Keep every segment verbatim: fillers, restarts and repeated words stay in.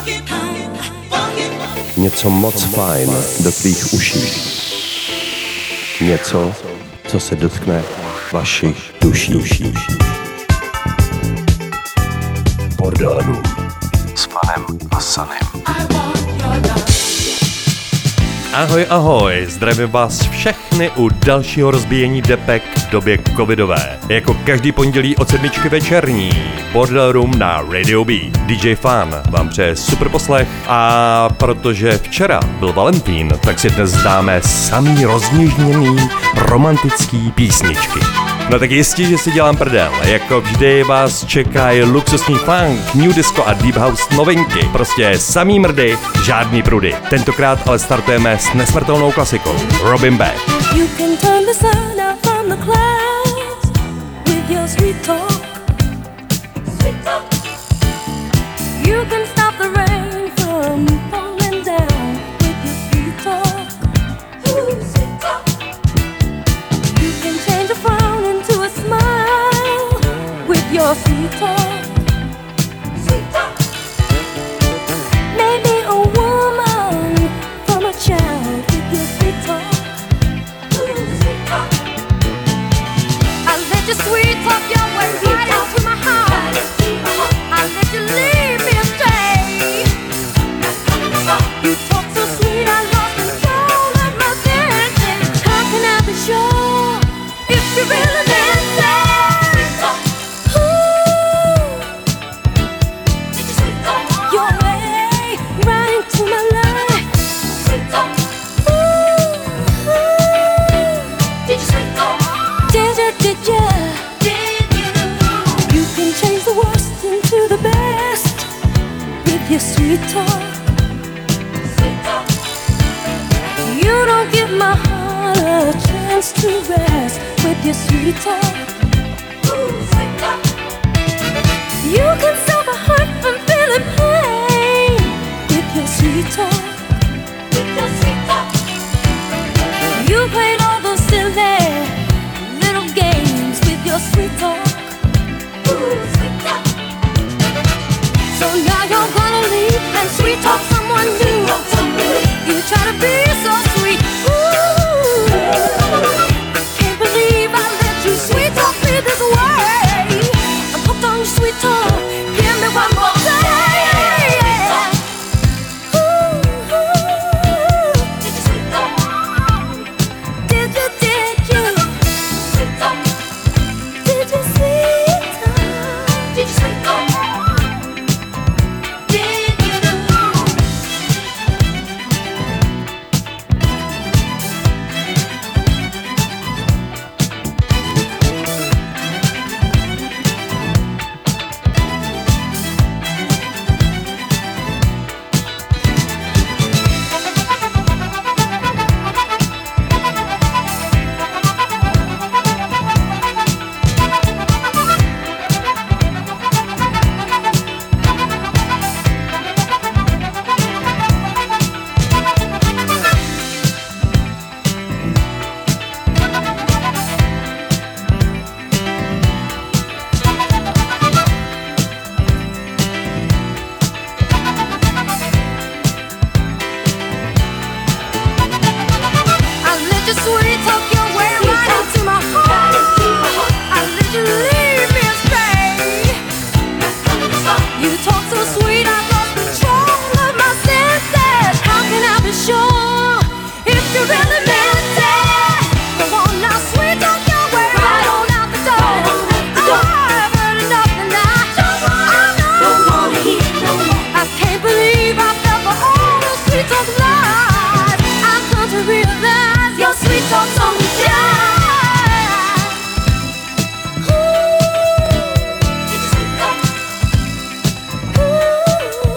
Něco moc fajn do tvých uší. Něco, co se dotkne vašich duší. Bordel Room s Fanem a Sanem. Ahoj, ahoj, zdravím vás všechny u dalšího rozbíjení depek v době covidové. Jako každý pondělí od sedmičky večerní, Bordel Room na Radio B. D J Fan vám přeje super poslech a protože včera byl Valentín, tak si dnes dáme samý rozněžněný romantický písničky. No tak jistě, že si dělám prdel. Jako vždy vás čekají luxusní funk, new disco a deep house novinky. Prostě samý mrdy, žádný prudy. Tentokrát ale startujeme s nesmrtelnou klasikou Robin Beck. You can turn the sun out from the clouds with your sweet talk. Sweet talk. You can stop the rain from falling down with your sweet talk. Ooh, sweet talk. You can change a frown into a smile with your sweet talk. Sweet talk. Make me a woman from a child with your sweet talk. Ooh, sweet talk. I let your sweet talk your way right into my heart. I let you lead me astray. You talk so sweet, I lost control of my senses. How can I be sure if you really meant it? Ooh, your way right into my life. Ooh, did you sweet talk? Did you, did you? Did you? You can change the worst into the best with your sweet talk. Sweet talk. You don't give my heart a chance to rest with your sweet talk. Ooh, sweet talk. You can stop a heart from feeling pain with your sweet talk. With your sweet talk. You played all those silly little games with your sweet talk. Ooh, sweet talk. So now you're gonna leave and sweet talk someone new. You try to be so sweet. Ooh, I can't believe I let you sweet talk me this way. I'm hooked on your sweet talk. Give me one more day. Ooh, did you sweet talk? Did you, did you? Sweet talk. Did you sweet talk? Did you sweet talk? Did you do? I let you sweet talk your way right into my heart. I let you lead me astray. You talk so sweet, I lost control of my senses. How can I be sure if you really meant it? Go on now, sweet talk your way right on out the door. I've heard enough and I don't wanna hear no more. I can't believe I fell for all those sweet talk lies. I come to realize your sweet talk's on the jive. Ooh, did you sweet talk? Ooh,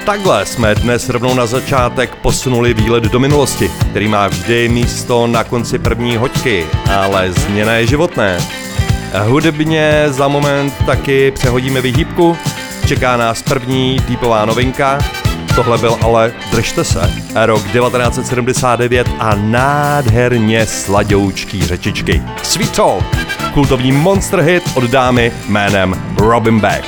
Takhle jsme dnes rovnou na začátek posunuli výlet do minulosti, který má vždy místo na konci první hoďky, ale změna je životné. Hudebně za moment taky přehodíme vyhýbku, čeká nás první deepová novinka, tohle byl ale, držte se, rok devatenáct set sedmdesát devět a nádherně sladoučký řečičky. Sweet Talk, kultovní monster hit od dámy jménem Robin Beck.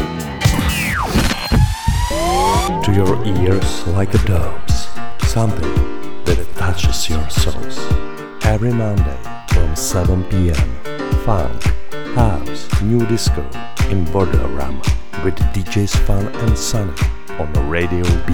To your ears like a dove's, something that touches your souls. Every Monday from seven p.m. Funk, house, new disco in Borderama with D Js Fun and Sunny on Radio B.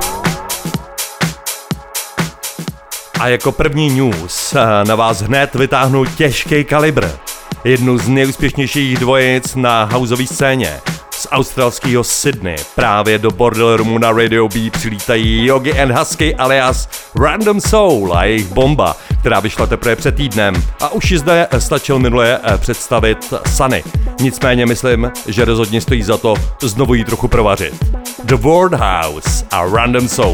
A jako první news na vás hned vytáhnu těžký kalibr. Jednu z nejúspěšnějších dvojic na houseové scéně. Z australského Sydney právě do Bordel Roomu na Radio B přilítají Yogi and Husky alias Random Soul a jejich bomba, která vyšla teprve před týdnem a už ji zde stačil minule představit Sunny. Nicméně myslím, že rozhodně stojí za to znovu jí trochu provařit. The Ward House a Random Soul.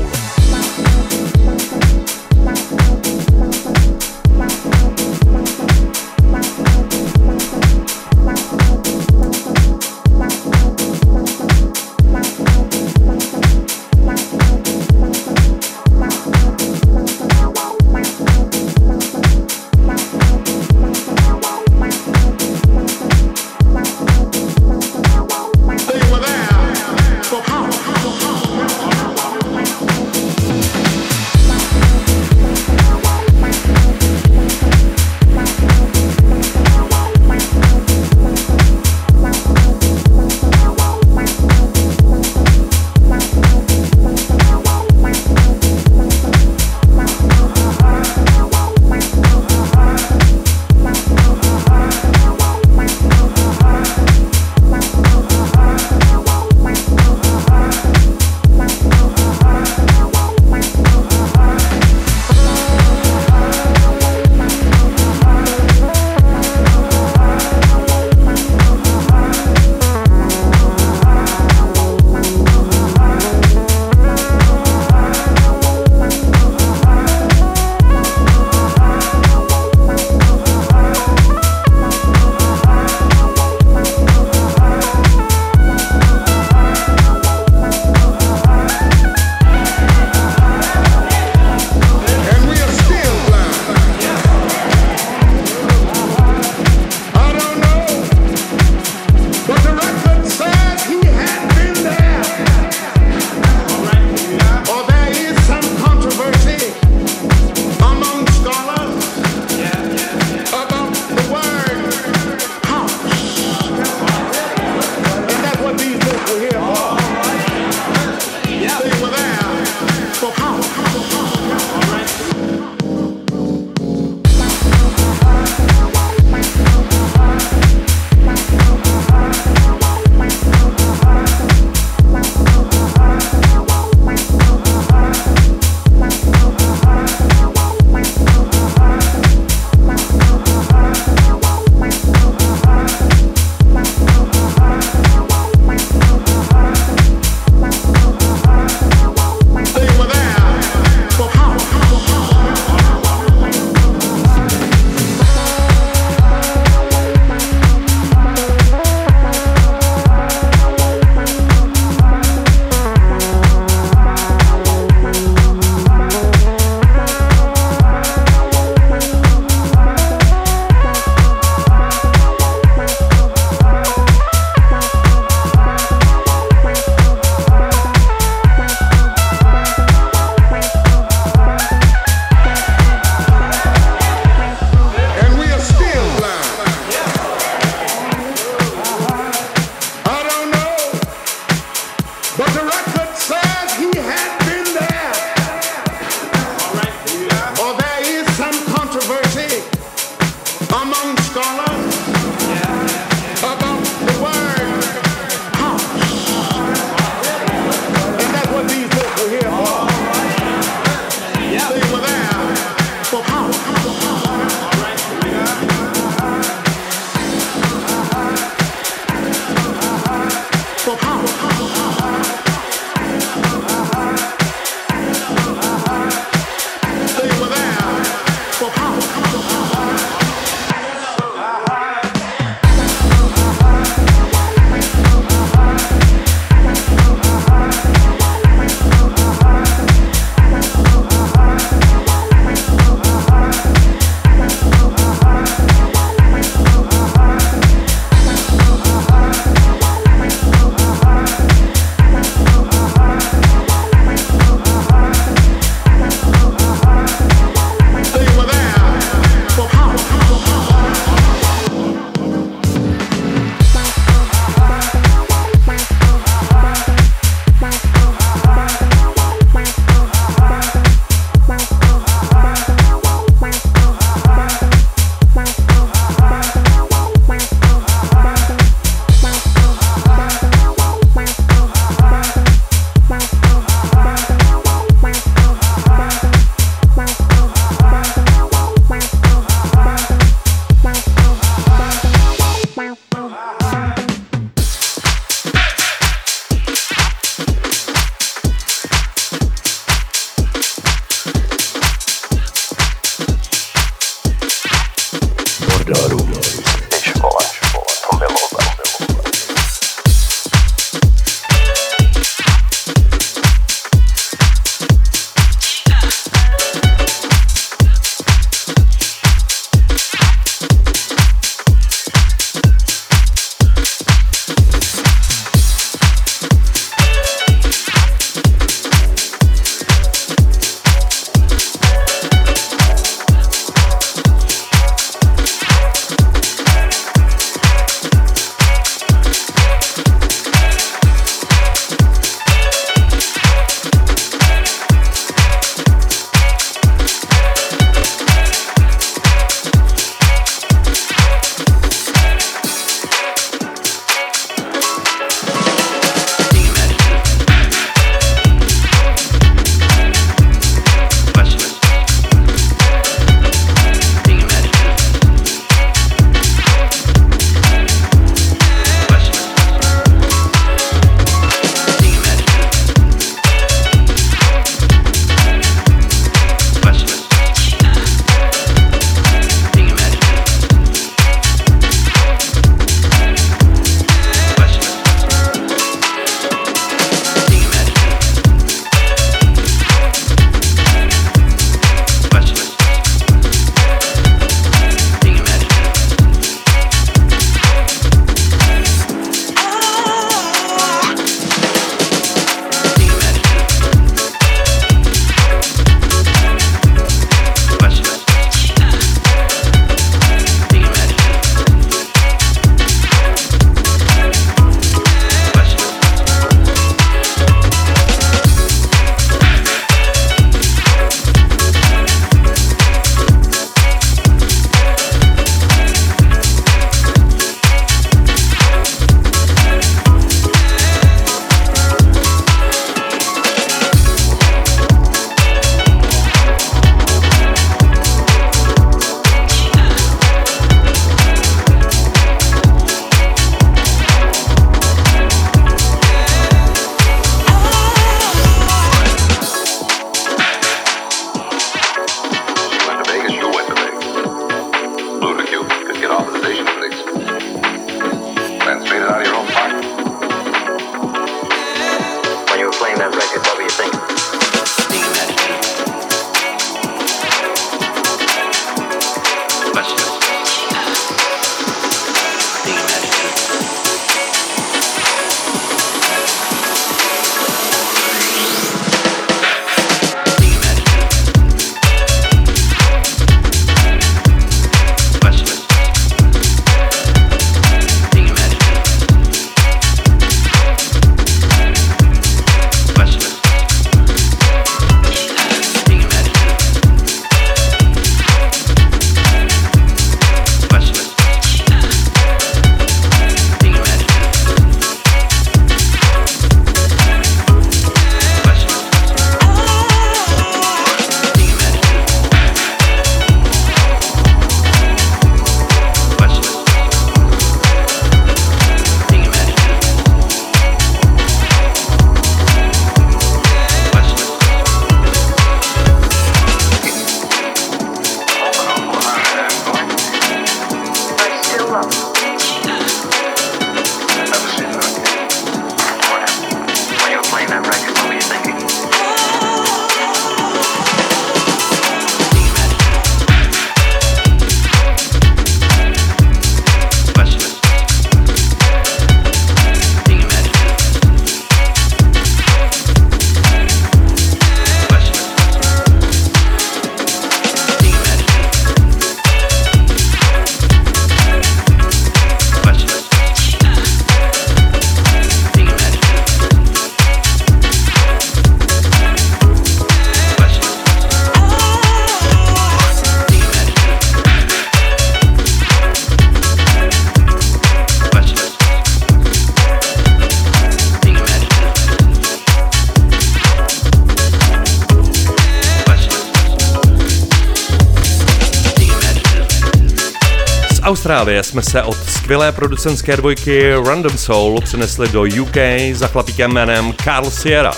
Austrálie jsme se od skvělé producentské dvojky Random Soul přenesli do U K za chlapíkem jménem Carl Sierra.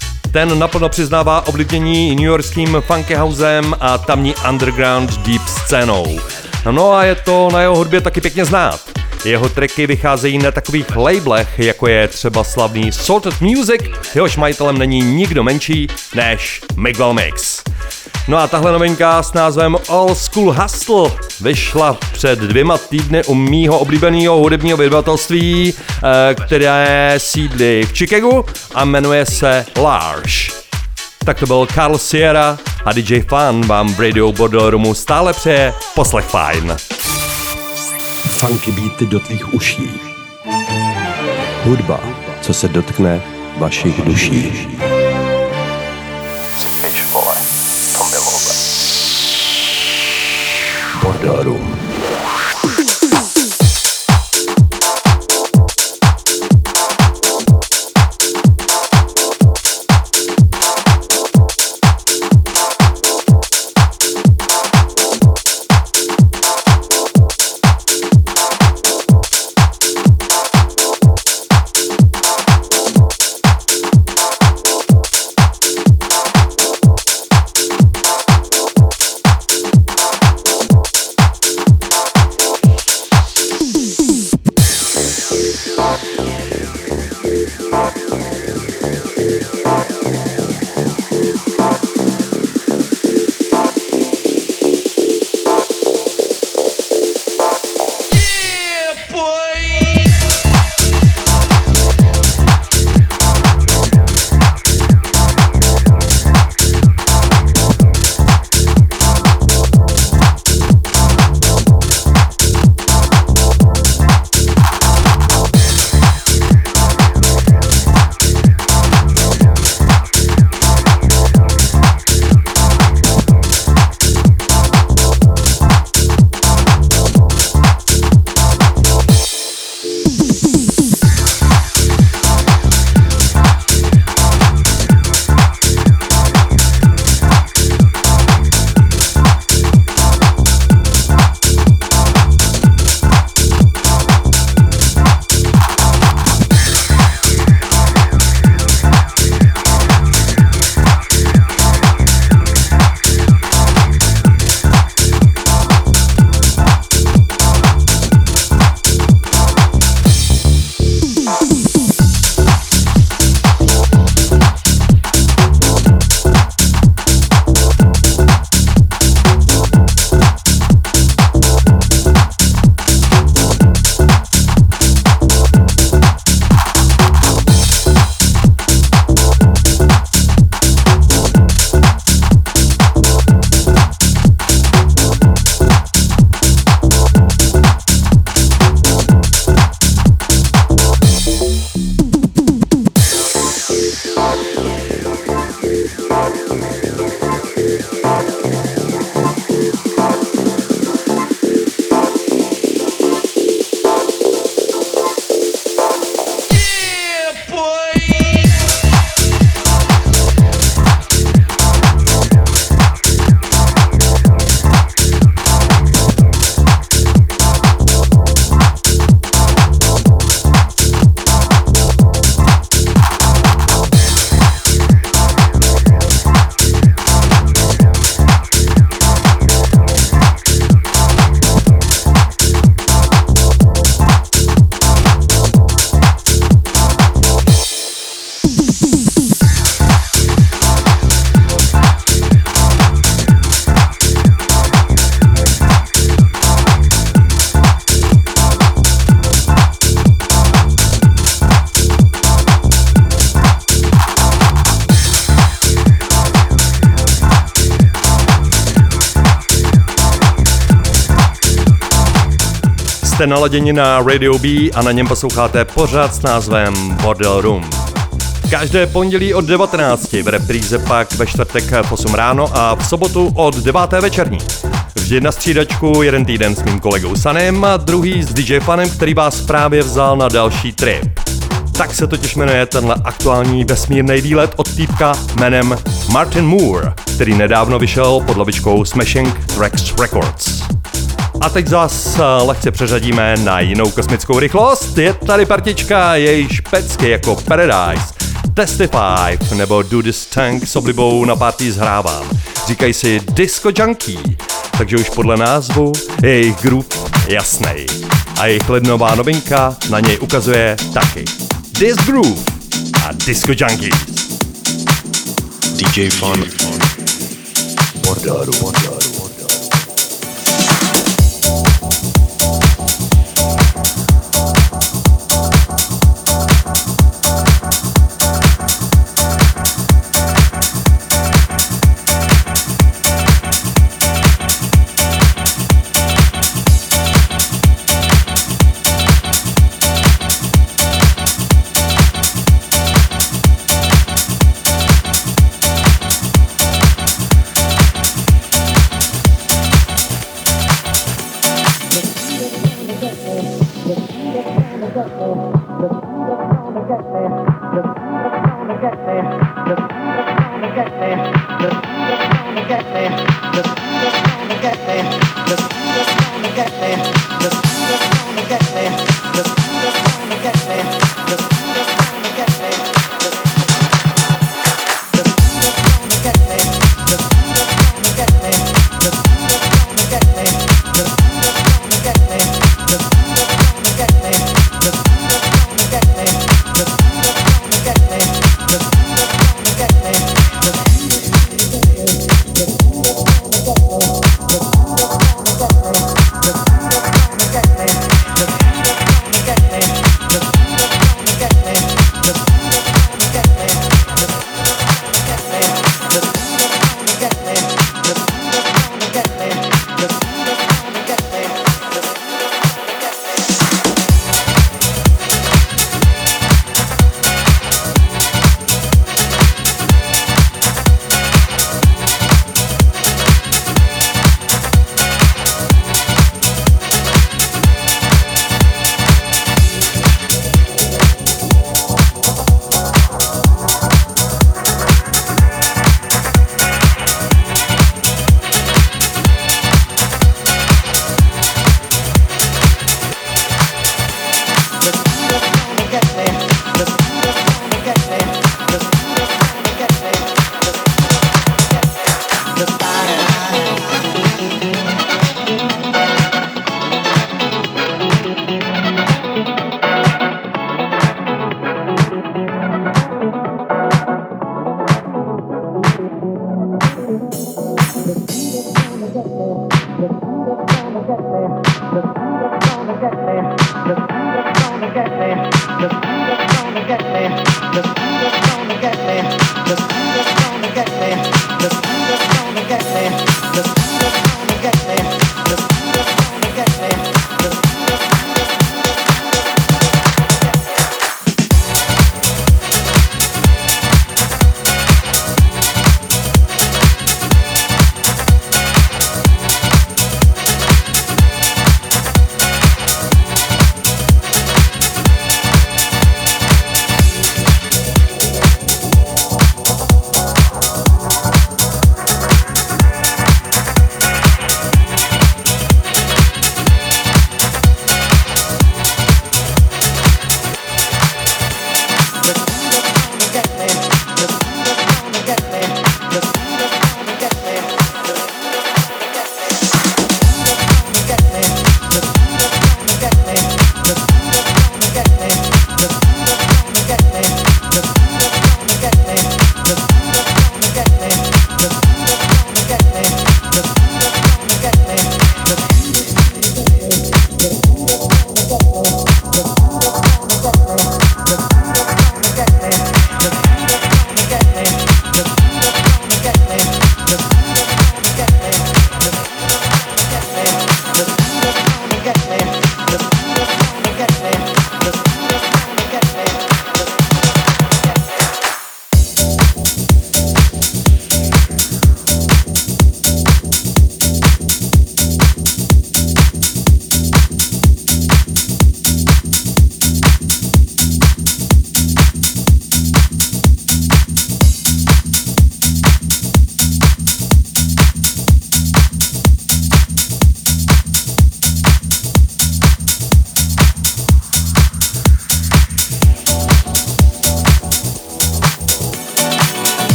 Ten naplno přiznává oblíbení newyorským funky housem a tamní underground deep scénou. No a je to na jeho hudbě taky pěkně znát. Jeho tracky vycházejí na takových labelech, jako je třeba slavný Salted Music, jehož majitelem není nikdo menší než Miguel Mix. No a tahle novinka s názvem All School Hustle vyšla před dvěma týdny u mýho oblíbeného hudebního vydavatelství, které sídlí v Chicagu a jmenuje se Large. Tak to byl Carl Sierra a D J Fun vám v Radio Bordello Roomu stále přeje poslech fajn. Funky beaty do tvých uší. Hudba, co se dotkne vašich duší. Bordello Room. Jste naladěni na Radio B a na něm posloucháte pořad s názvem Bordel Room. Každé pondělí od devatenácti, v repríze pak ve čtvrtek v osm ráno a v sobotu od deváté večerní. Vždy na střídačku, jeden týden s mým kolegou Sanem a druhý s D J Fanem, který vás právě vzal na další trip. Tak se totiž jmenuje tenhle aktuální vesmírný výlet od týpka jménem Martin Moore, který nedávno vyšel pod hlavičkou Smashing Tracks Records. A teď zas lehce přeřadíme na jinou kosmickou rychlost. Je tady partička, jejíž pecky jako Paradise, Testify nebo Do This Tank s oblibou na party zhrávám. Říkají si Disco Junkie, takže už podle názvu je jejich groove jasnej. A jejich lednová novinka na něj ukazuje taky. This Groove a Disco Junkies. D J Fun. Bordaru, bordaru.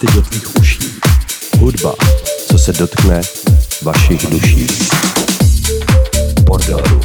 teď do tvých uší. Hudba, co se dotkne vašich duší. Bordel Room.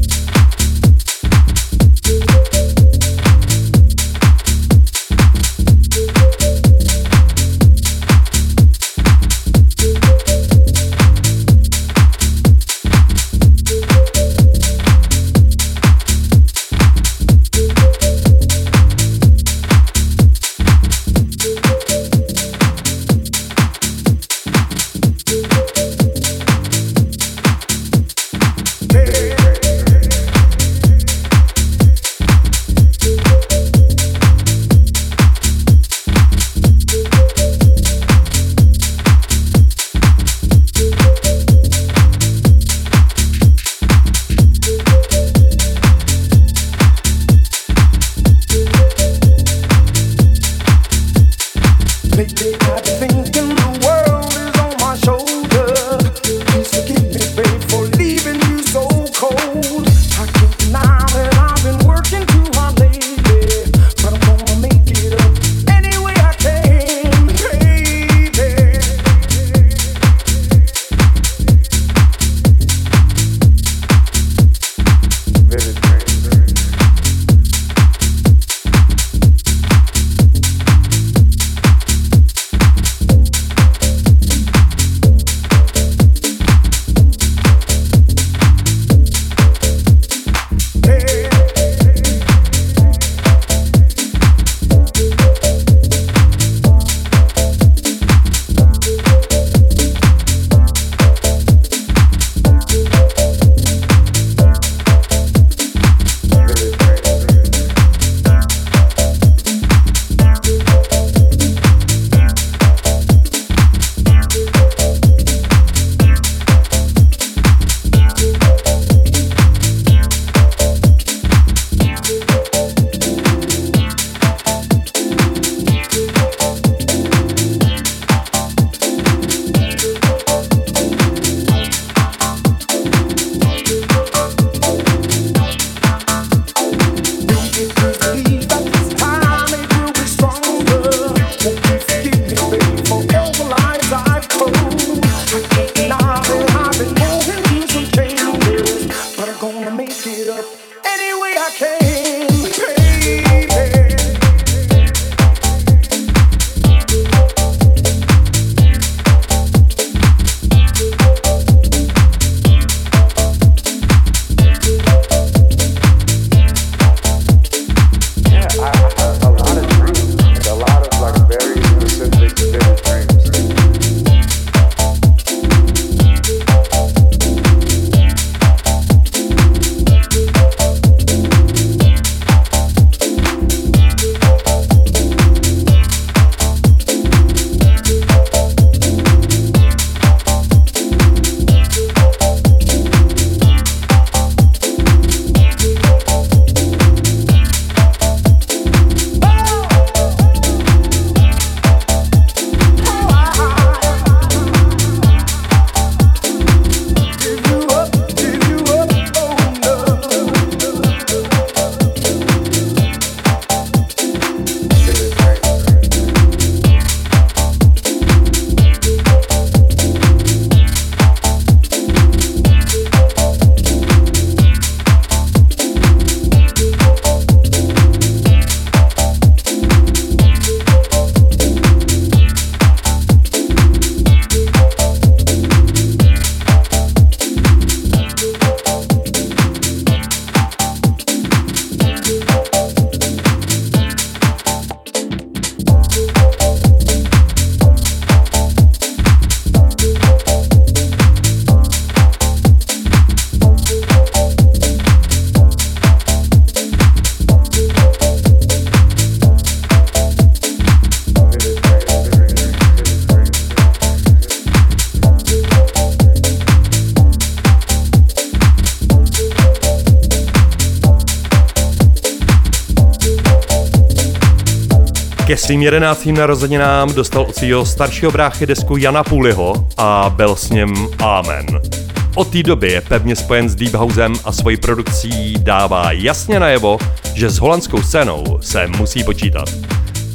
Ke svým jedenáctým narozeninám dostal od svého staršího bráchy desku Jana Půliho a byl s ním Amen. Od té doby je pevně spojen s Deep Housem a svojí produkcí dává jasně najevo, že s holandskou scénou se musí počítat.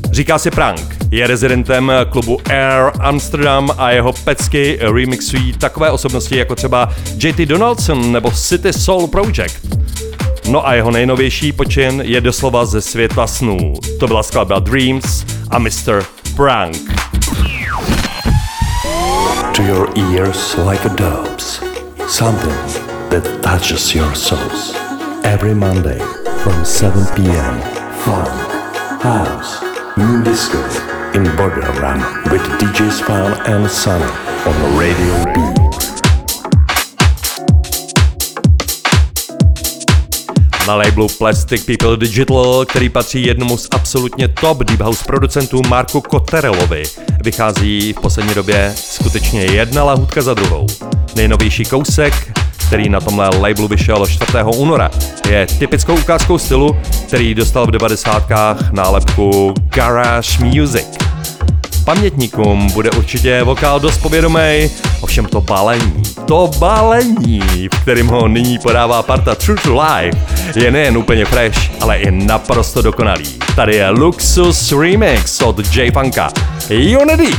Říká si Prank, je rezidentem klubu Air Amsterdam a jeho pecky remixují takové osobnosti jako třeba J T Donaldson nebo City Soul Project. No a jeho nejnovější počin je doslova ze světa snů. To byla skladba Dreams a mister Prank. To your ears like a dove's, something that touches your souls. Every Monday from seven p.m. Fun, house, new disco in Borderland with D Js Fun and Sunny on Radio B. Na labelu Plastic People Digital, který patří jednomu z absolutně top deep house producentů Marku Cotterelovi, vychází v poslední době skutečně jedna lahůdka za druhou. Nejnovější kousek, který na tomhle labelu vyšel čtvrtého února, je typickou ukázkou stylu, který dostal v devadesátkách nálepku Garage Music. Pamětníkům bude určitě vokál dost povědomej, ovšem to balení, to balení, v kterým ho nyní podává parta True to Life, je nejen úplně fresh, ale i naprosto dokonalý. Tady je Luxus Remix od J Funka. Unity!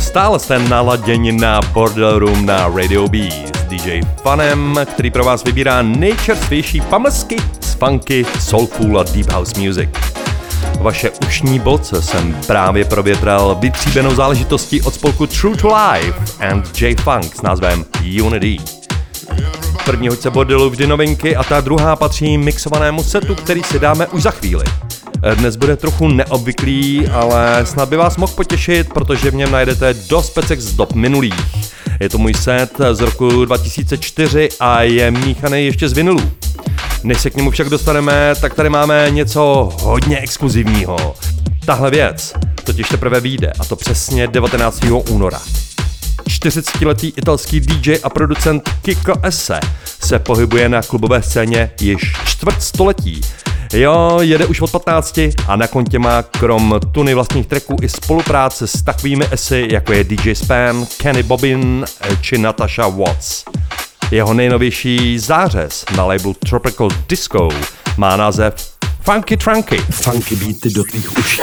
Stále jste naladěni na Bordel Room na Radio B s D J Funem, který pro vás vybírá nejčerstvější pamlsky z funky, soulful a deep house music. Vaše ušní bolce jsem právě provětral vytříbenou záležitostí od spolku True to Life and J-Funk s názvem Unity. První hoďce Bordelu vždy novinky a ta druhá patří mixovanému setu, který si dáme už za chvíli. Dnes bude trochu neobvyklý, ale snad by vás mohl potěšit, protože v něm najdete dost pecek z dob minulých. Je to můj set z roku dva tisíce čtyři a je míchaný ještě z vinylů. Než se k němu však dostaneme, tak tady máme něco hodně exkluzivního. Tahle věc totiž teprve vyjde, a to přesně devatenáctého února. čtyřicetiletý italský D J a producent Kiko Esse se pohybuje na klubové scéně již čtvrt století. Jo, jede už od patnácti a na kontě má krom tuny vlastních tracků i spolupráce s takovými esy, jako je D J Span, Kenny Bobbin či Natasha Watts. Jeho nejnovější zářez na labelu Tropical Disco má název Funky Trunky. Funky beaty do tvých uší.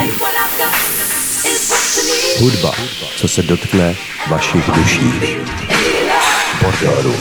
Hudba, co se dotkne vašich duší. Bordel Room.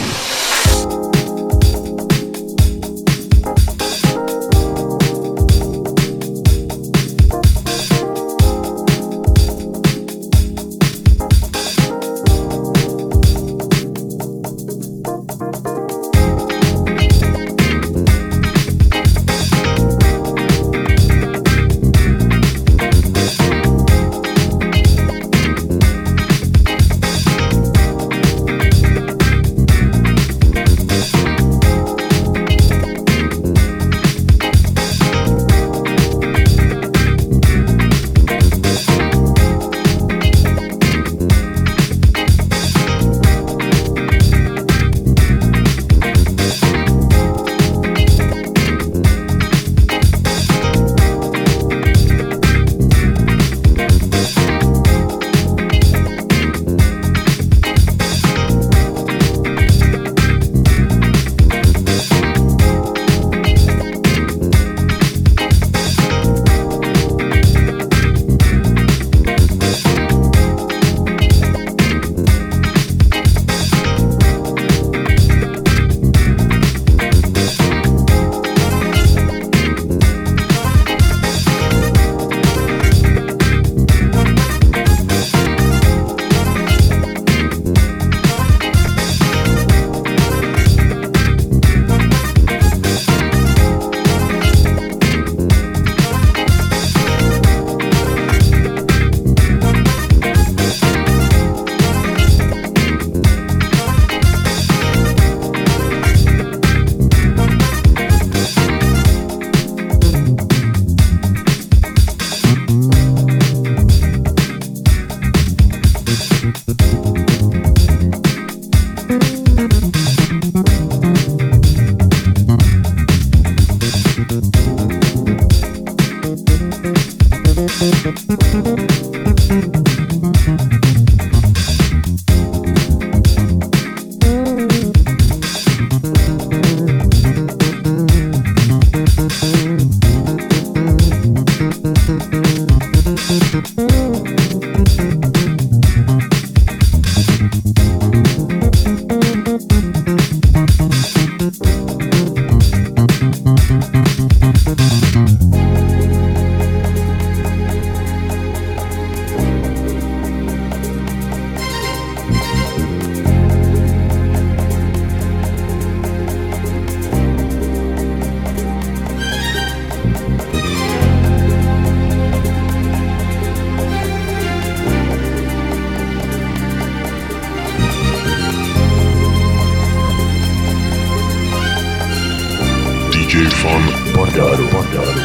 D J Fun. Bordel Room. Bordel Room.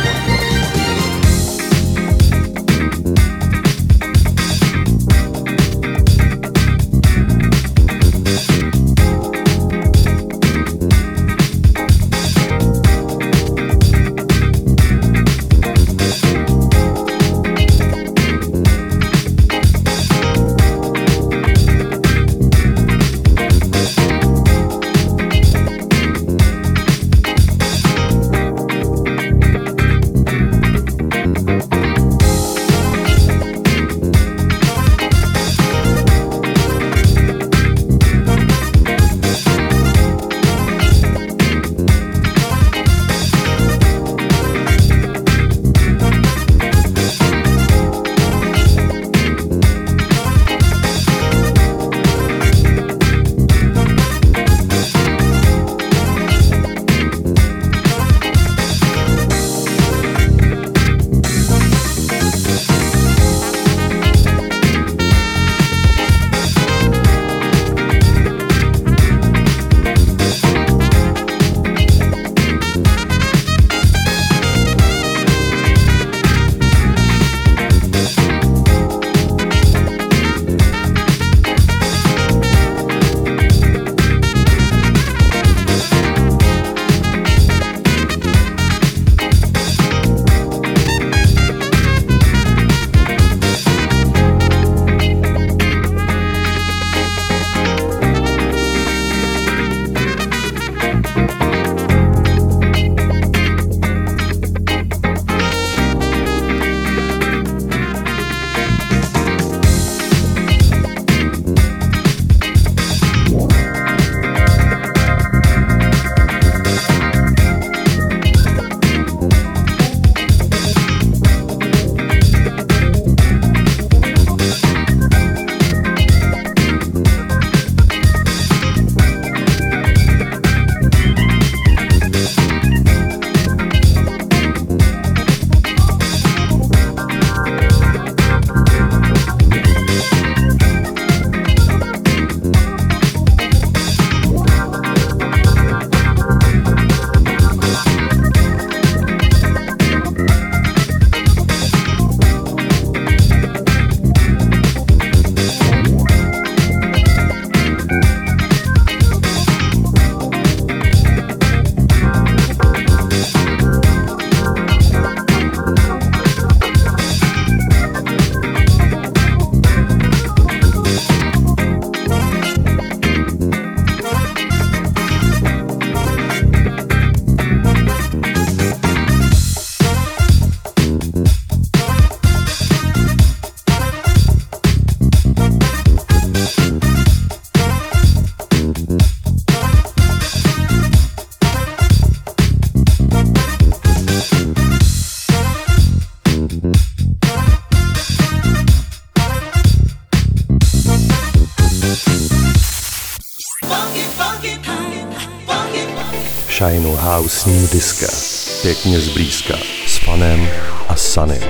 Shinu House New Disco. Pěkně zblízka, s Fanem a Sunny.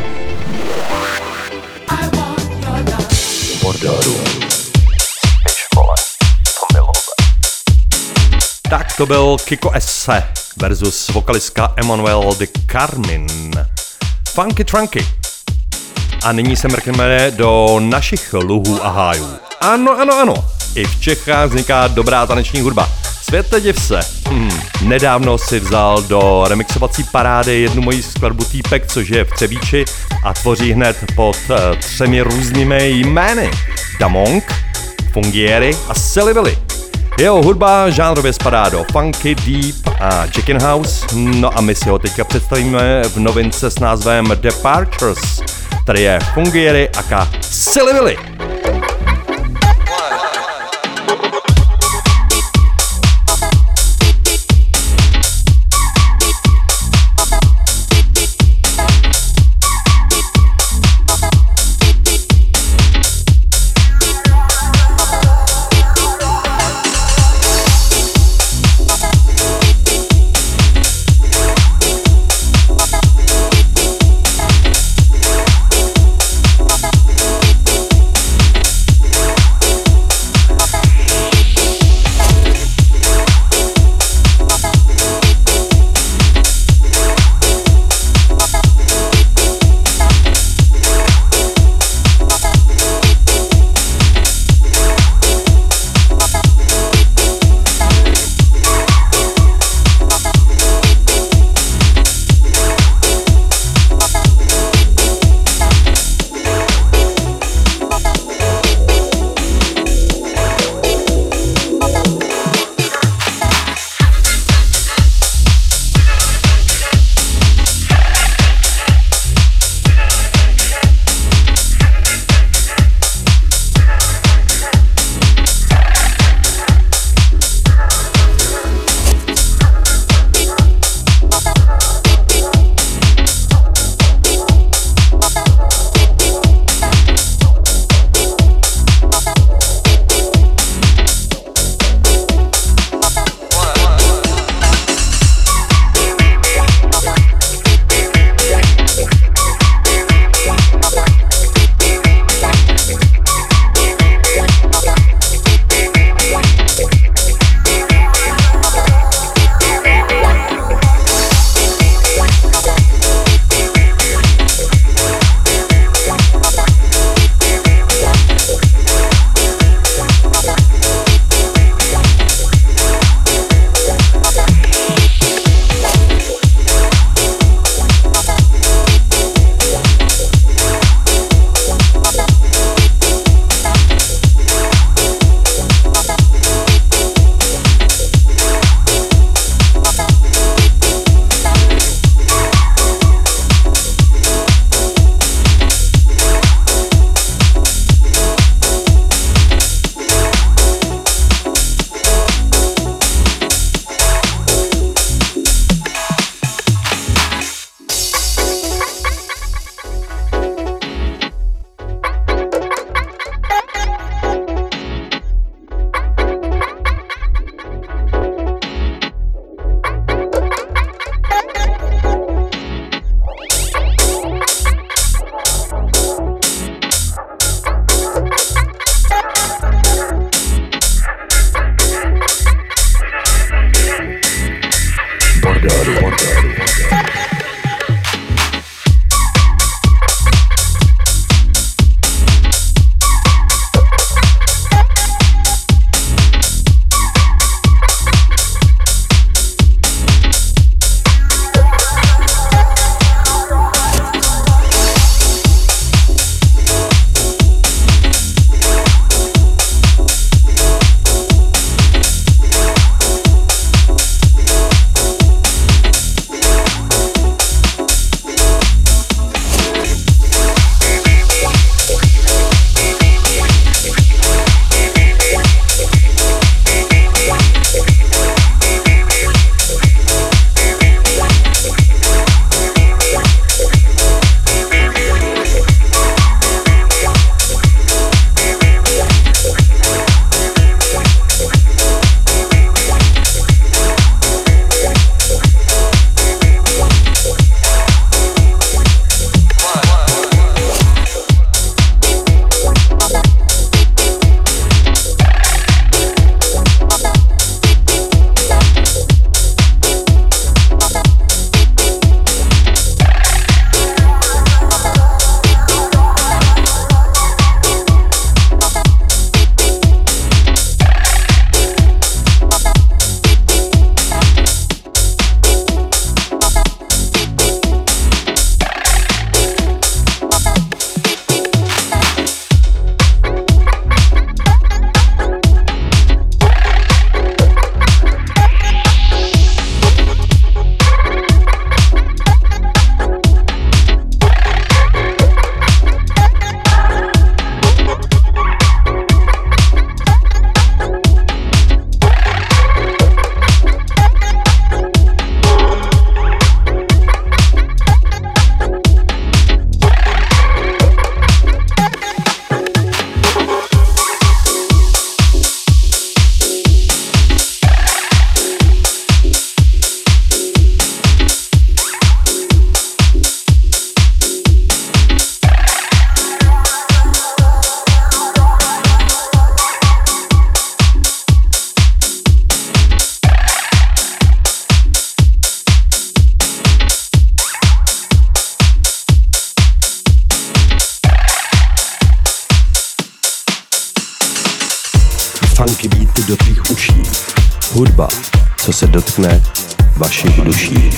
Bordeaux. Tak to byl Kiko Esse versus vokalistka Emmanuel de Carmin. Funky Trunky. A nyní se mrkneme do našich luhů a hájů. Ano, ano, ano. I v Čechách vzniká dobrá taneční hudba. Světe div se. Hmm. Nedávno si vzal do remixovací parády jednu moji skladbu týpek, což je v Třebíči a tvoří hned pod uh, třemi různými jmény. Damong, Fungieri a Silly Willy. Jeho hudba žánrově spadá do funky, deep a chicken house, no a my si ho teďka představíme v novince s názvem Departures. Tady je Fungieri aka Silly Willy. funky beaty do tvých uší. Hudba, co se dotkne vašich duší.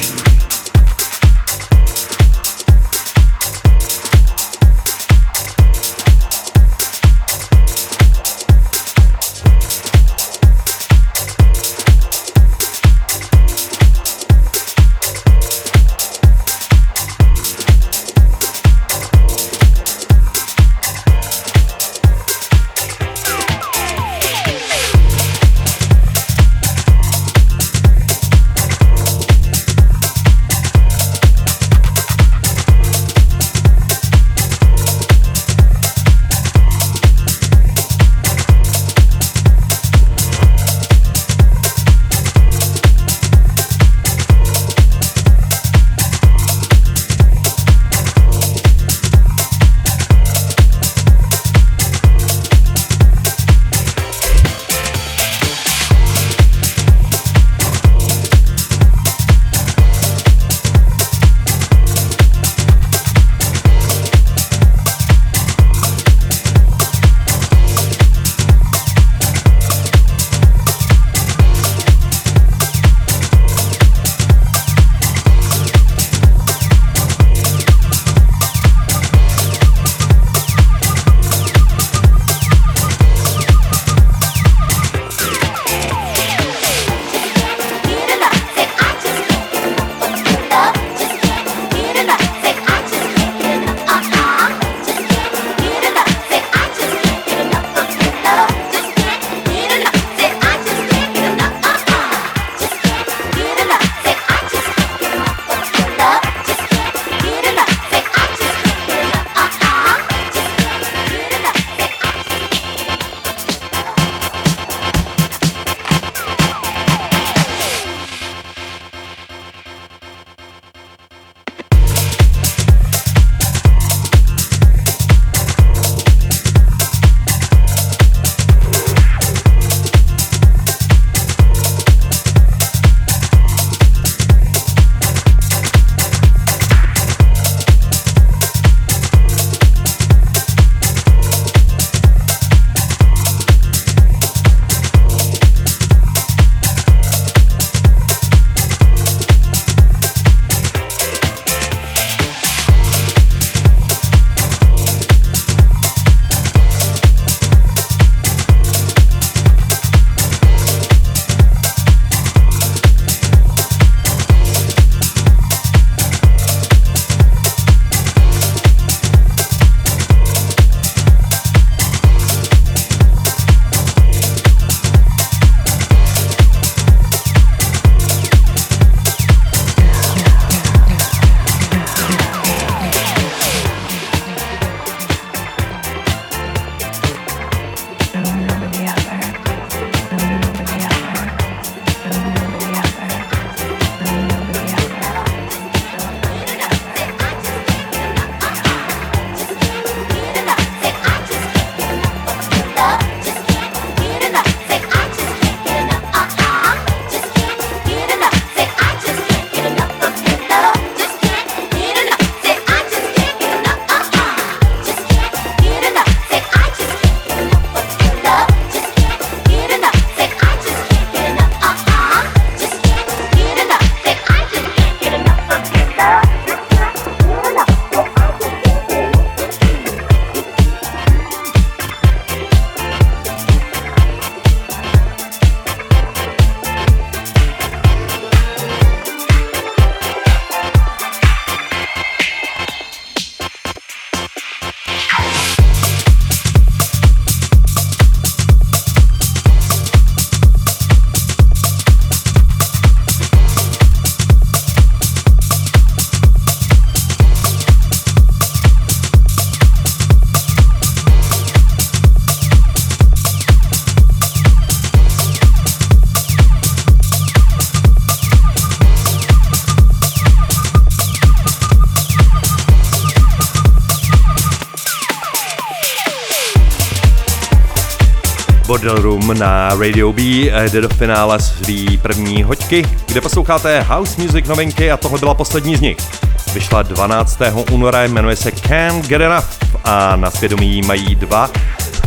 Bordel Room na Radio B jde do finále svý první hoďky, kde posloucháte house music novinky a tohle byla poslední z nich. Vyšla dvanáctého února, jmenuje se Can't Get Enough a na svědomí mají dva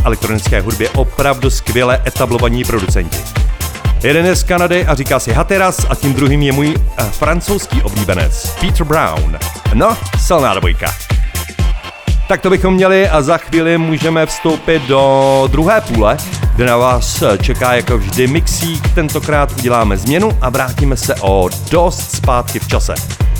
elektronické hudbě opravdu skvěle etablovaní producenti. Jeden je z Kanady a říká si Hatteras a tím druhým je můj uh, francouzský oblíbenec Peter Brown. No, silná dvojka. Tak to bychom měli a za chvíli můžeme vstoupit do druhé půle, kde na vás čeká jako vždy mixík. Tentokrát uděláme změnu a vrátíme se o dost zpátky v čase.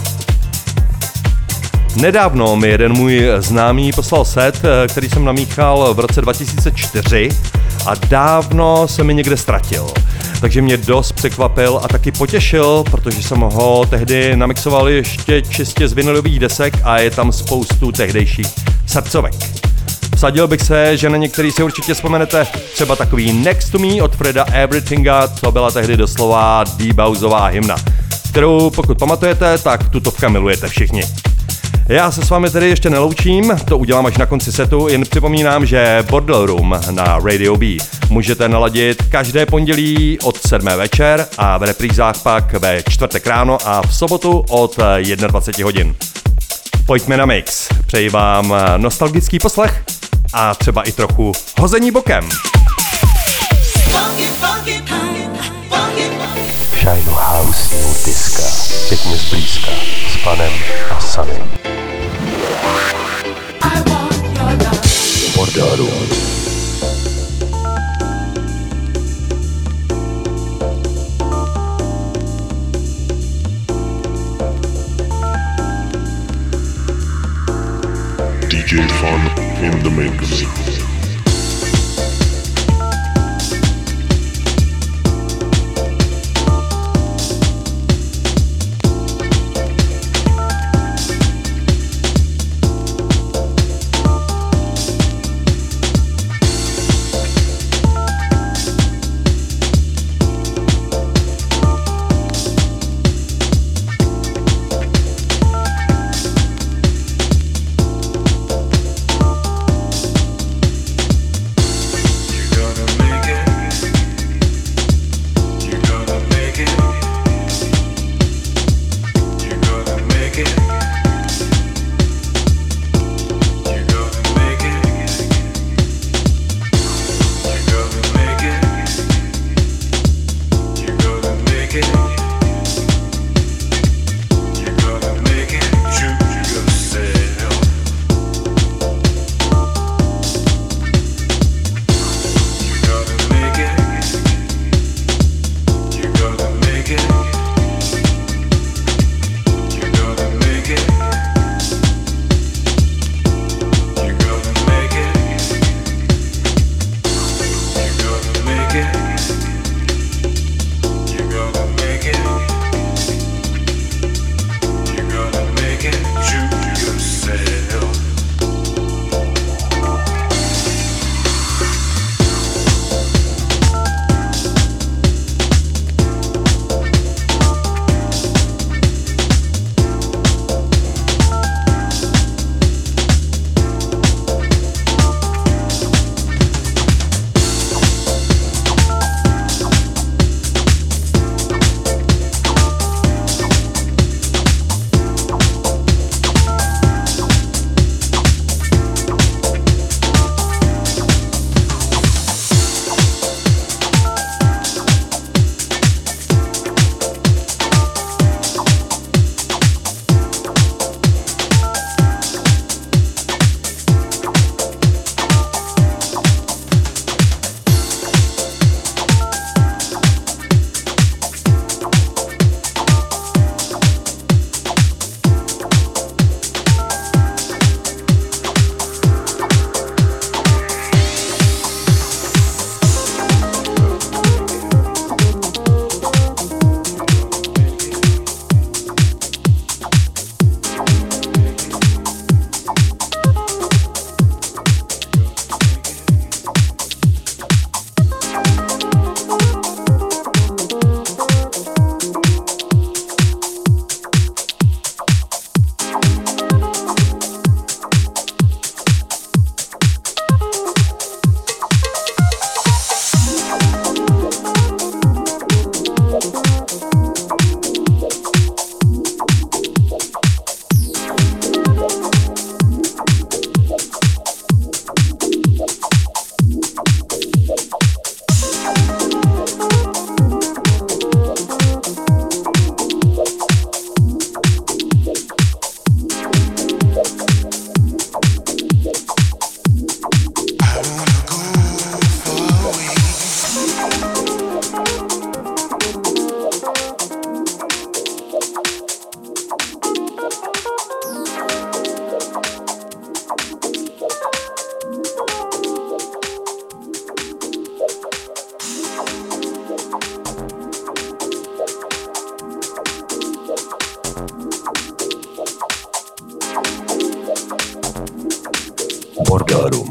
Nedávno mi jeden můj známý poslal set, který jsem namíchal v roce dva tisíce čtyři a dávno se mi někde ztratil. Takže mě dost překvapil a taky potěšil, protože jsem ho tehdy namixoval ještě čistě z vinylových desek a je tam spoustu tehdejších srdcovek. Vsadil bych se, že na některý si určitě vzpomenete, třeba takový Next to Me od Freda Everythinga, to byla tehdy doslova D-Bowsová hymna, kterou pokud pamatujete, tak tutovka milujete všichni. Já se s vámi tedy ještě neloučím, to udělám až na konci setu, jen připomínám, že Bordel Room na Radio B můžete naladit každé pondělí od sedmé večer a v reprízách pak ve čtvrtek ráno a v sobotu od dvacet jedna hodin. Pojďme na mix, přeji vám nostalgický poslech a třeba i trochu hození bokem. Shine House New Disca, pěkně zblízka, s panem a Sanem. Bordel Room. D J Fun in the mix. Bordel Room.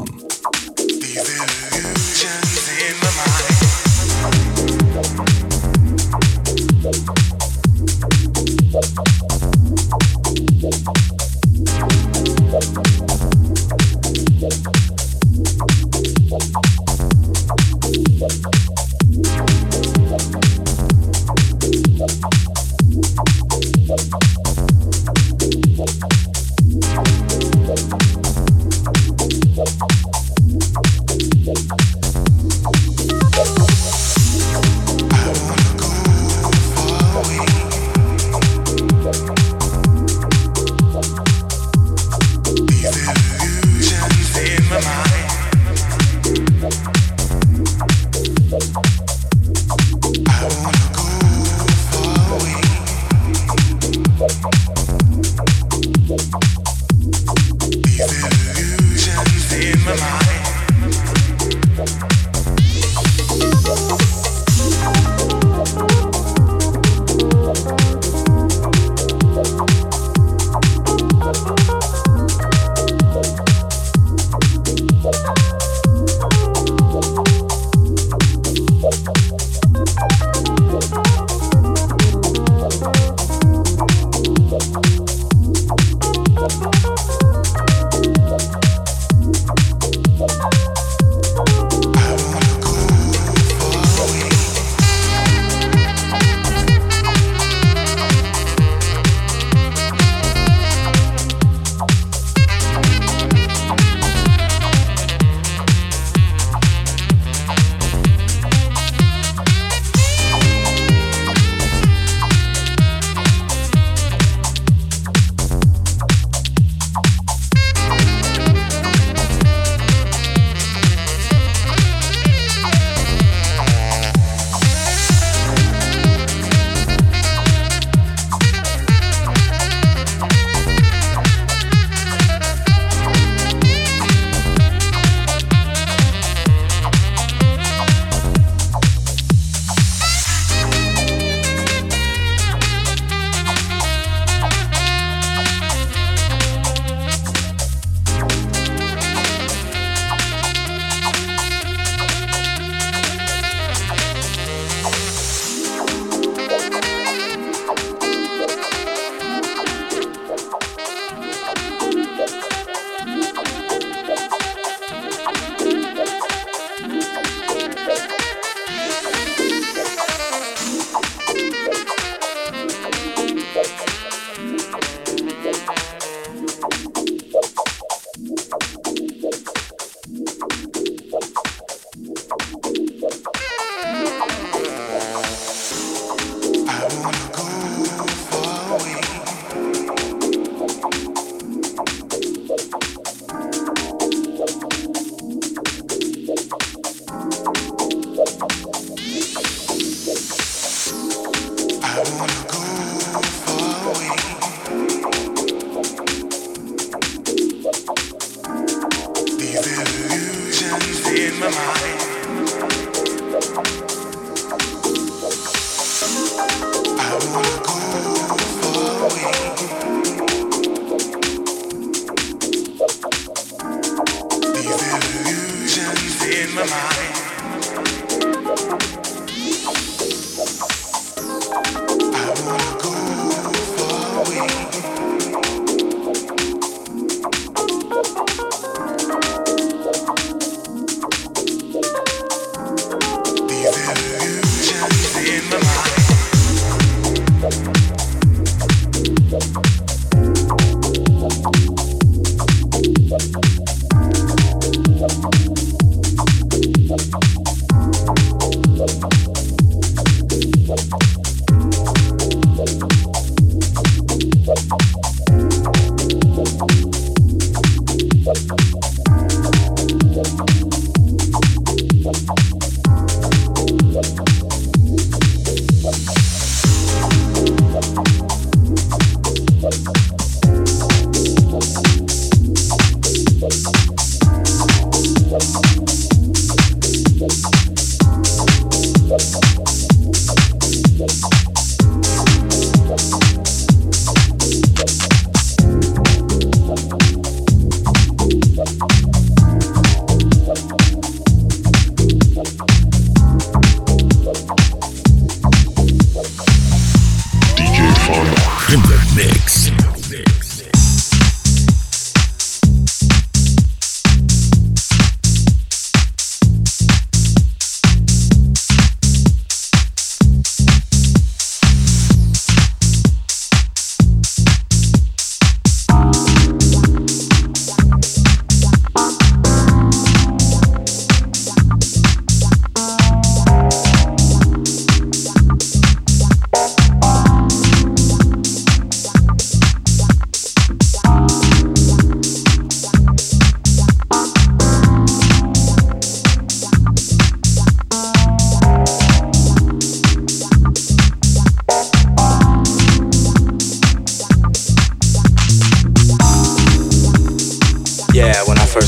We'll be right back.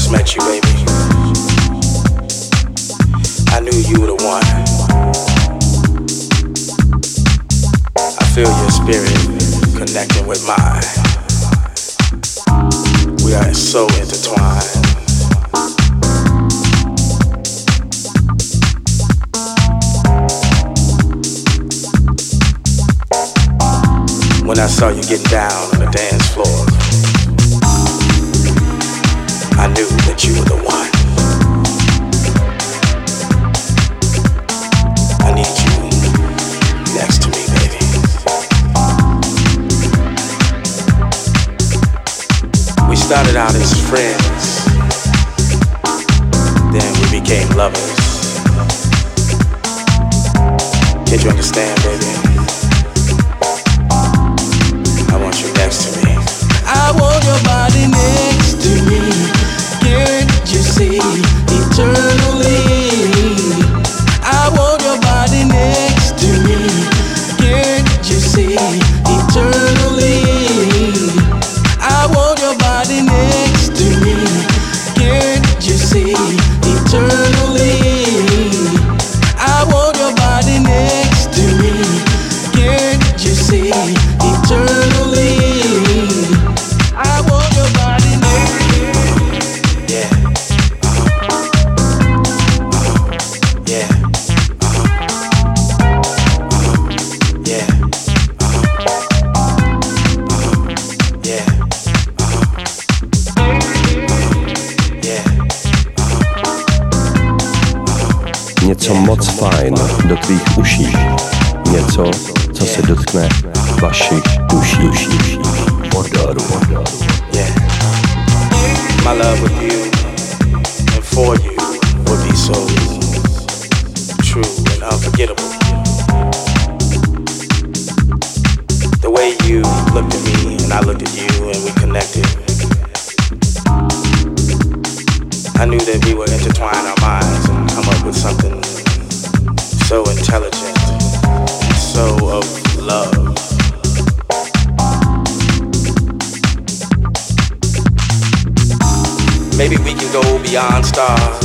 first met you, baby, I knew you were the one. I feel your spirit connecting with mine. We are so intertwined. When I saw you getting down on the dance floor, I knew that you were the one. I need you next to me, baby. We started out as friends, then we became lovers. Can't you understand, baby? I want you next to me. I want your body next to me. Can't you see eternally? I want your body next to me. Can't you see eternally? I want your body next to me. Can't you see eternally? I want your body next to me. Can't you see eternally? I want your body next to me. Yeah. Uh-huh. Uh-huh. Yeah. Uh-huh. Uh-huh. Yeah. Uh-huh. Uh-huh. Yeah. Uh-huh. Uh-huh. Yeah. Uh-huh. Něco moc fajn do tvých uší. Něco, co se dotkne vašich duší. Borderu. Yeah. My love with you and for you would be so true and unforgettable. The way you looked at me and I looked at you and we connected, I knew that we would intertwine our minds and come up with something so intelligent and so of love. Maybe we can go beyond stars,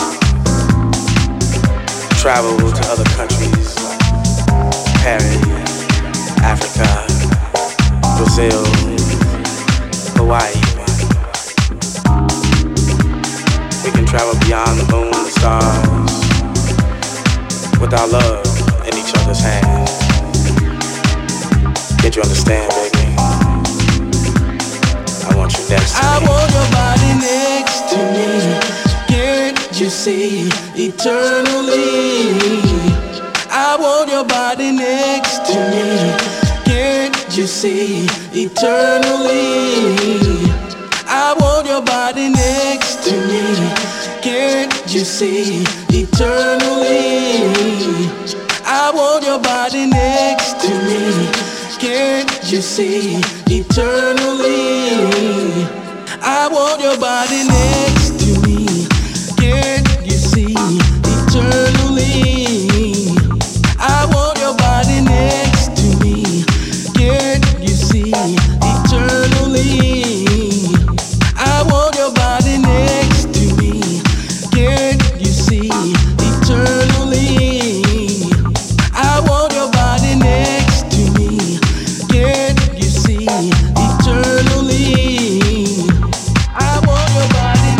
travel to other countries like Paris, Africa, Brazil, Hawaii. We can travel beyond the moon, the stars, with our love in each other's hands. Can't you understand, baby? I want you next to me. I want your body next to me. Can't you see eternally? I want your body next to me. Can't you see eternally? I want your body next to me. Can't you see eternally? I want your body next to me. Can't you see eternally? I want your body next to me. Can't you see eternally? I want your body next to me. Can't you see eternally? I want your body next to me. Can't you see eternally? I want your body next to me. Can't you see eternally? I want your body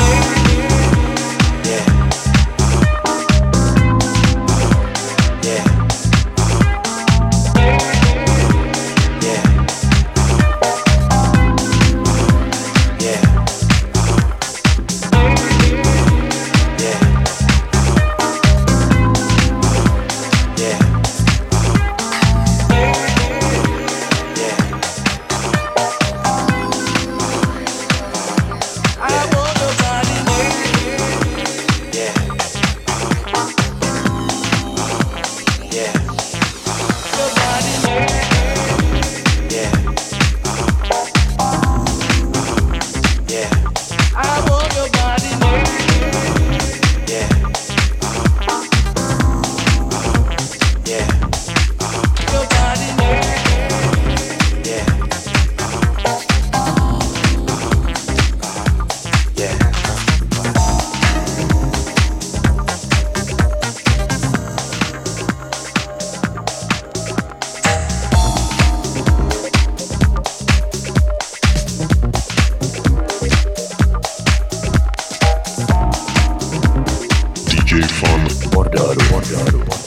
borderu, borderu, borderu.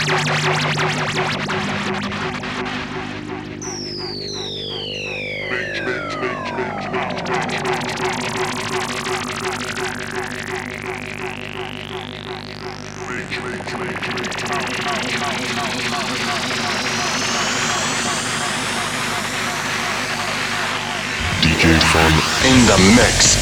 D J Fun in the mix.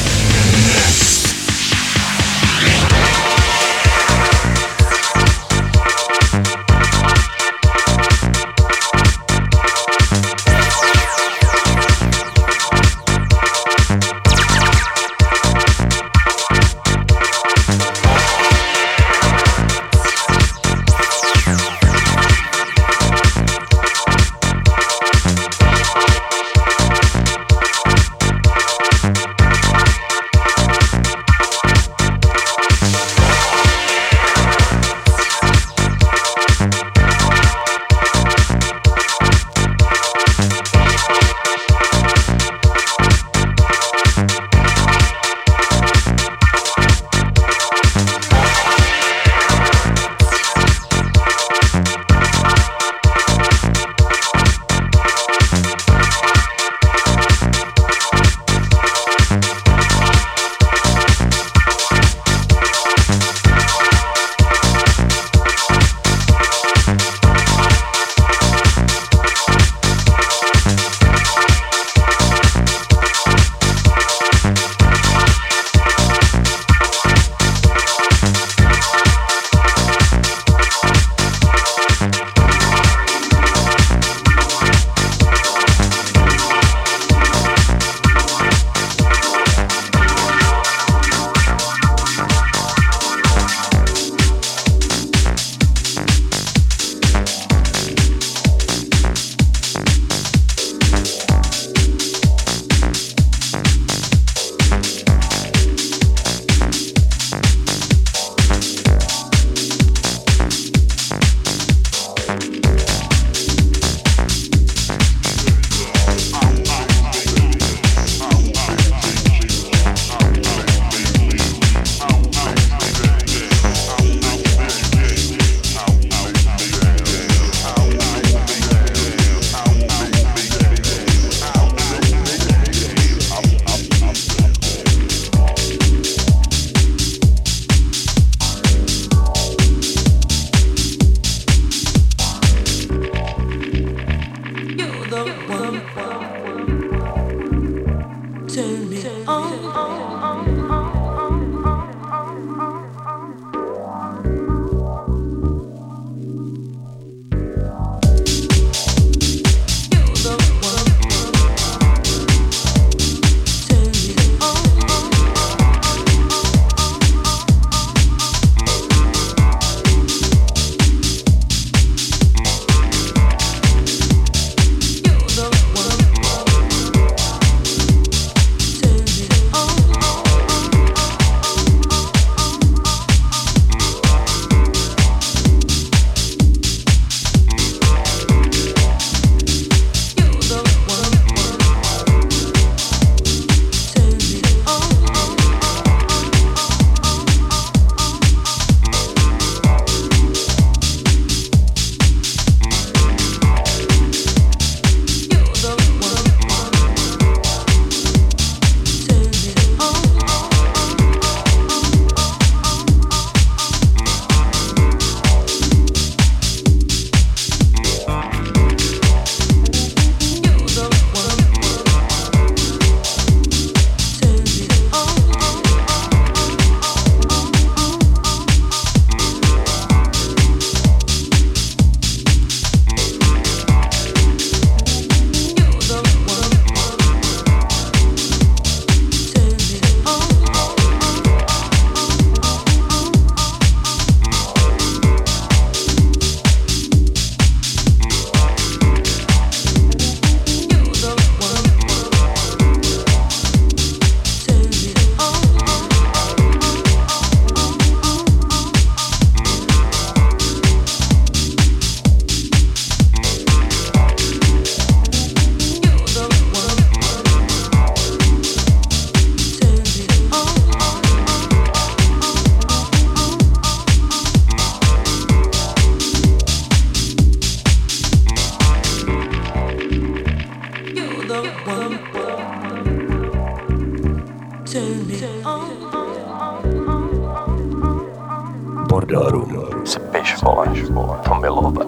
Bordel Room. Si piš, vole, to milové.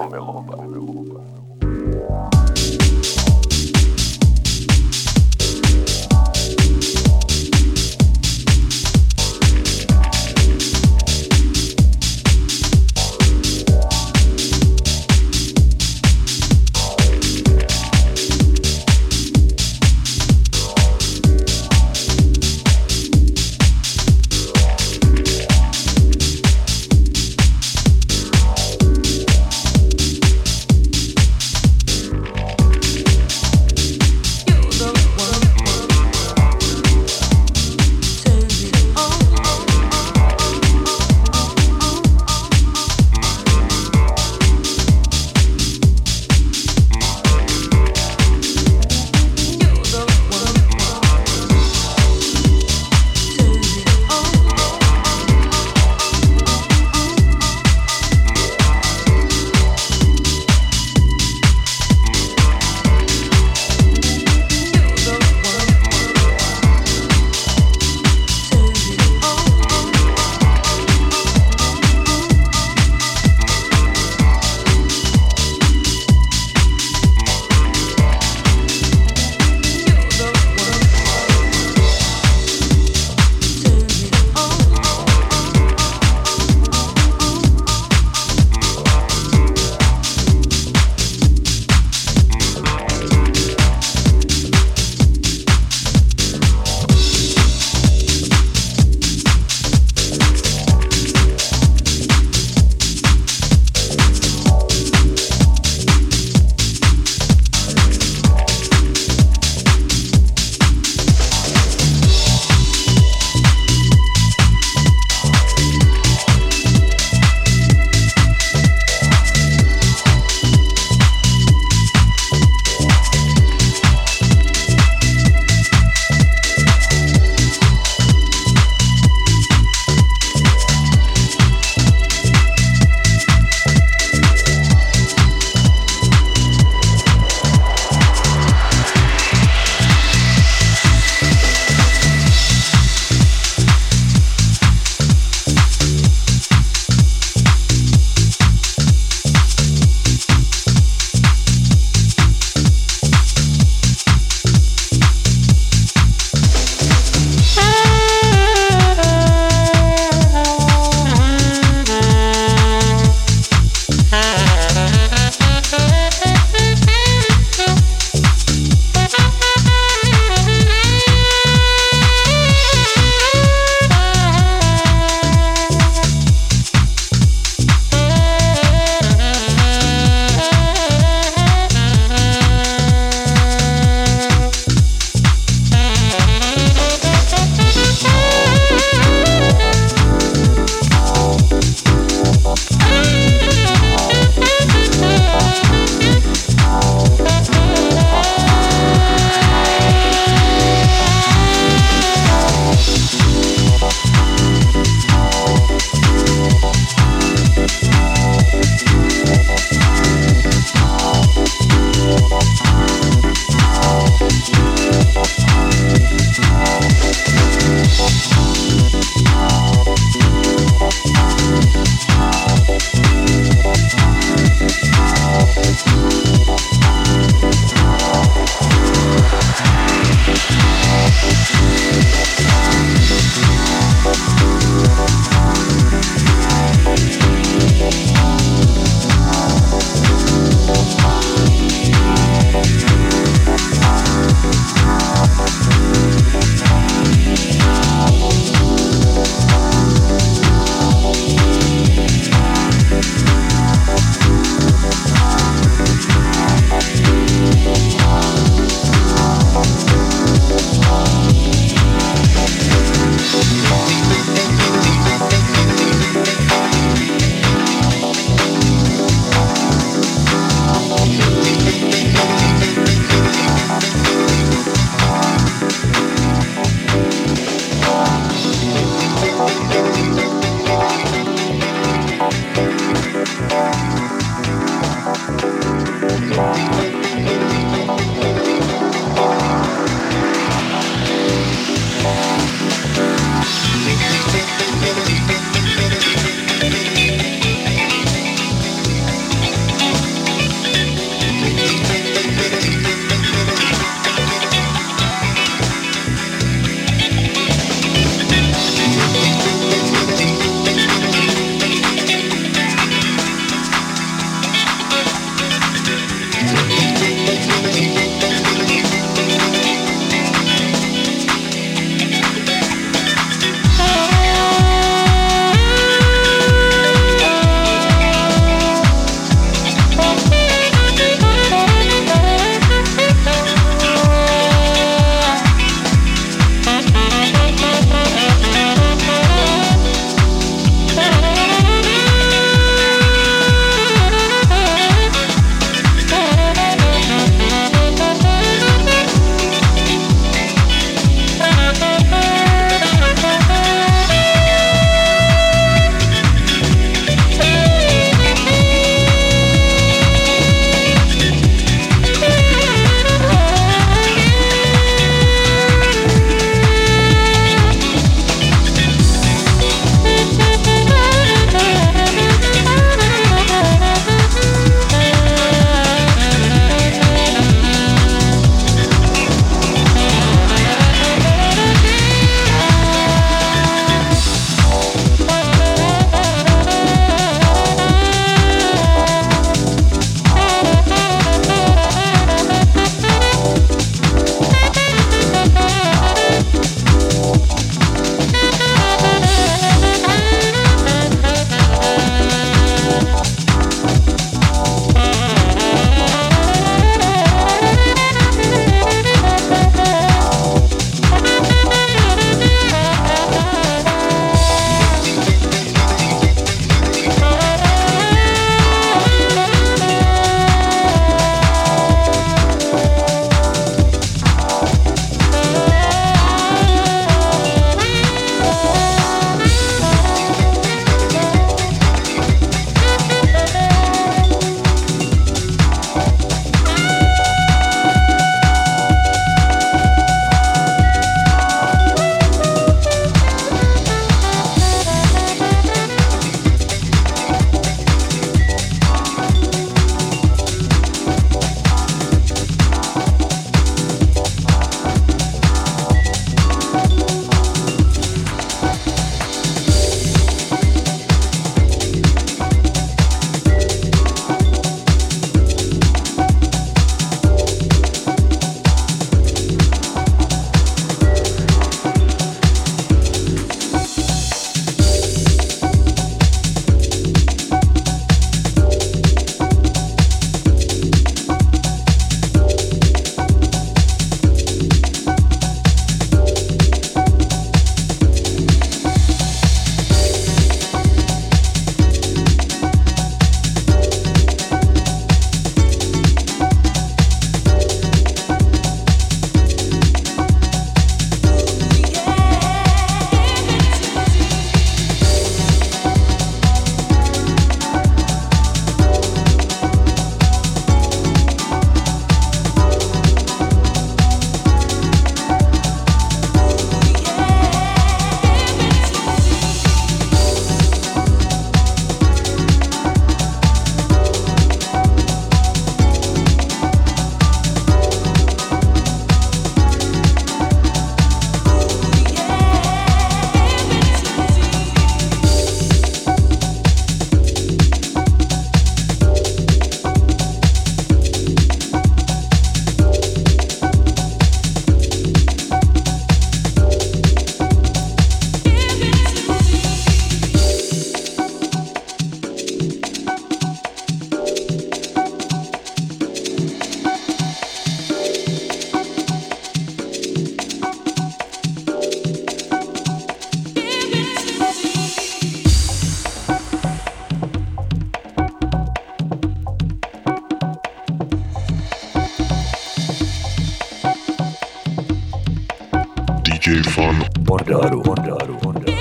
bordelu, bordelu, bordelu.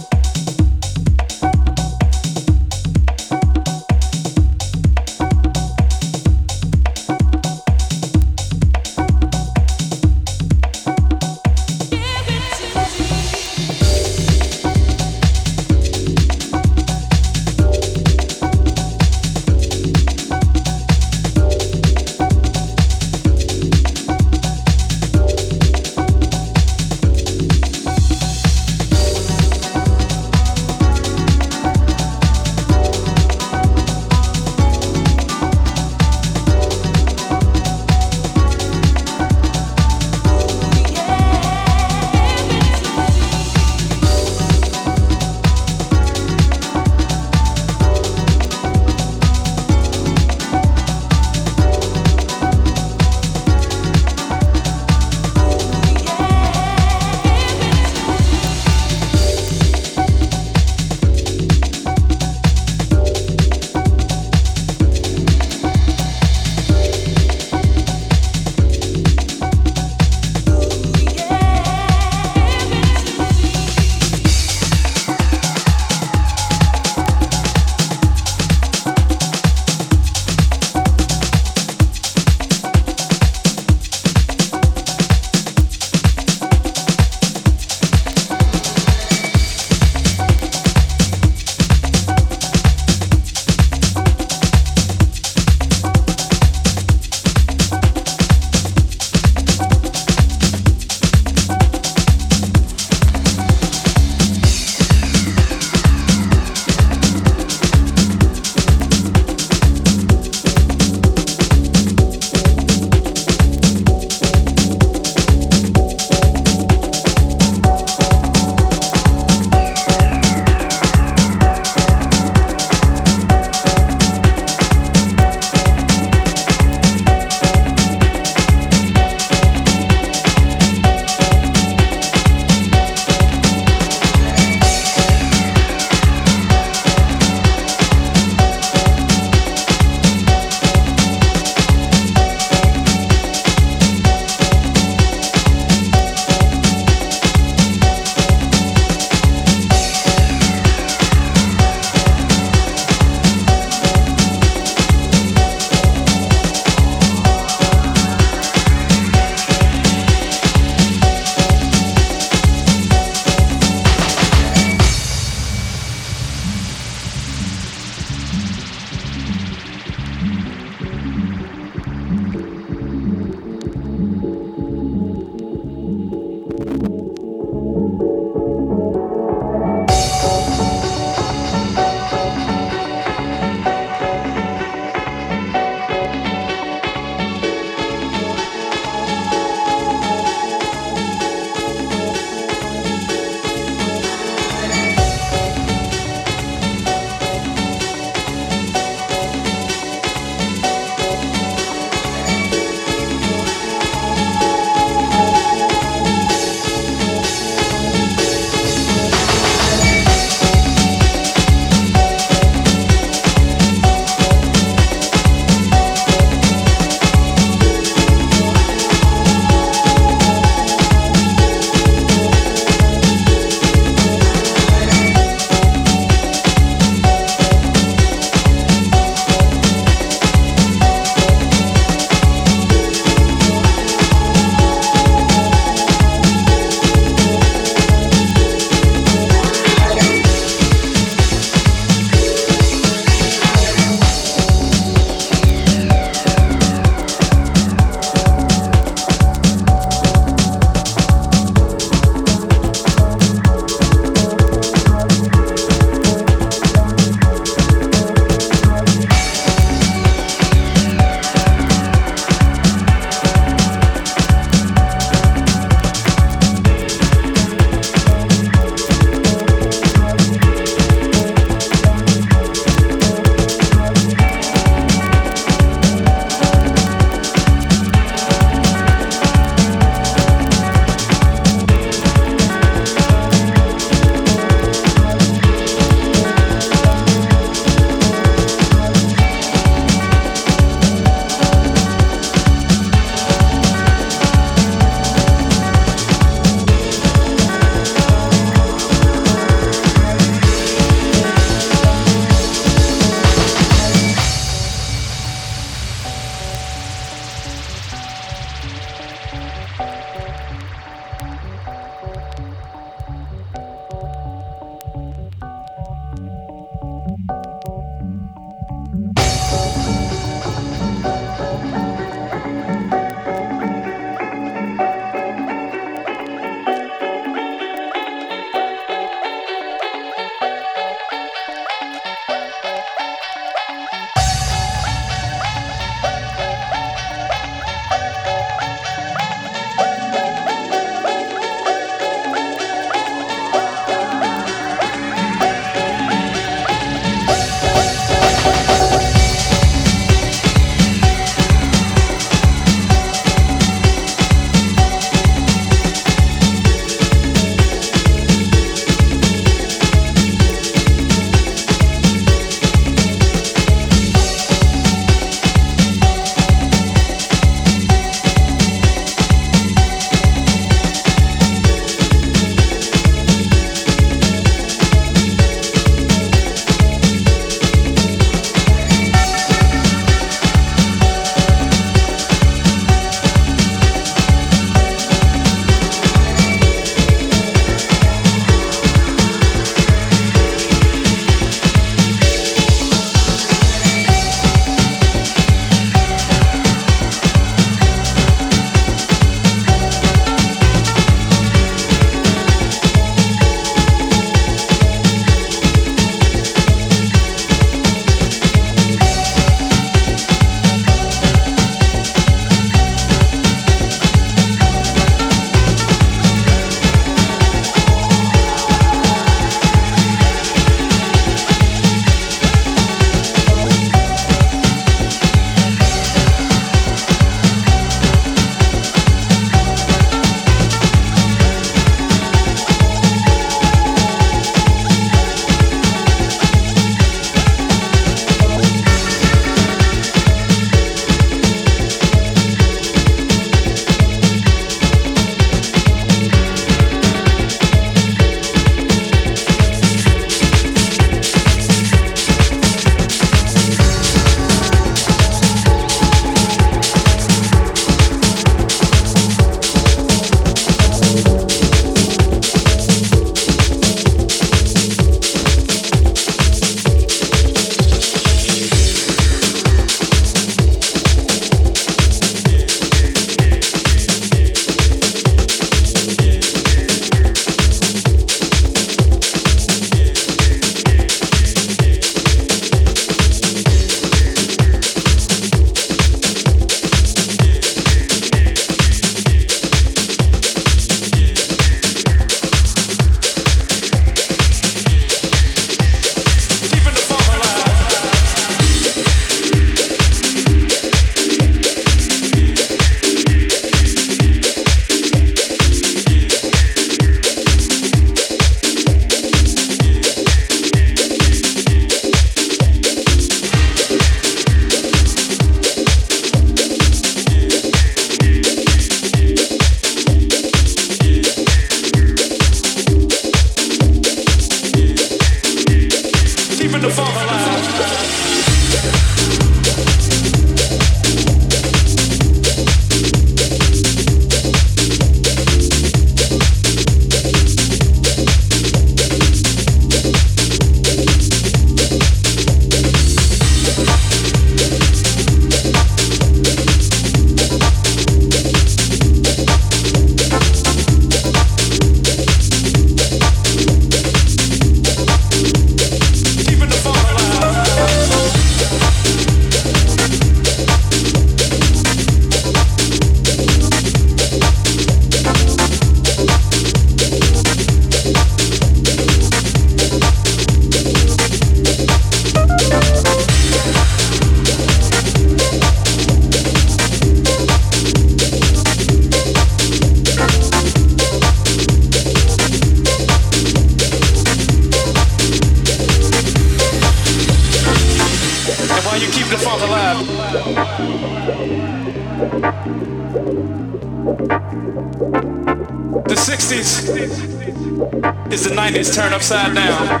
The sixties is the nineties turned upside down.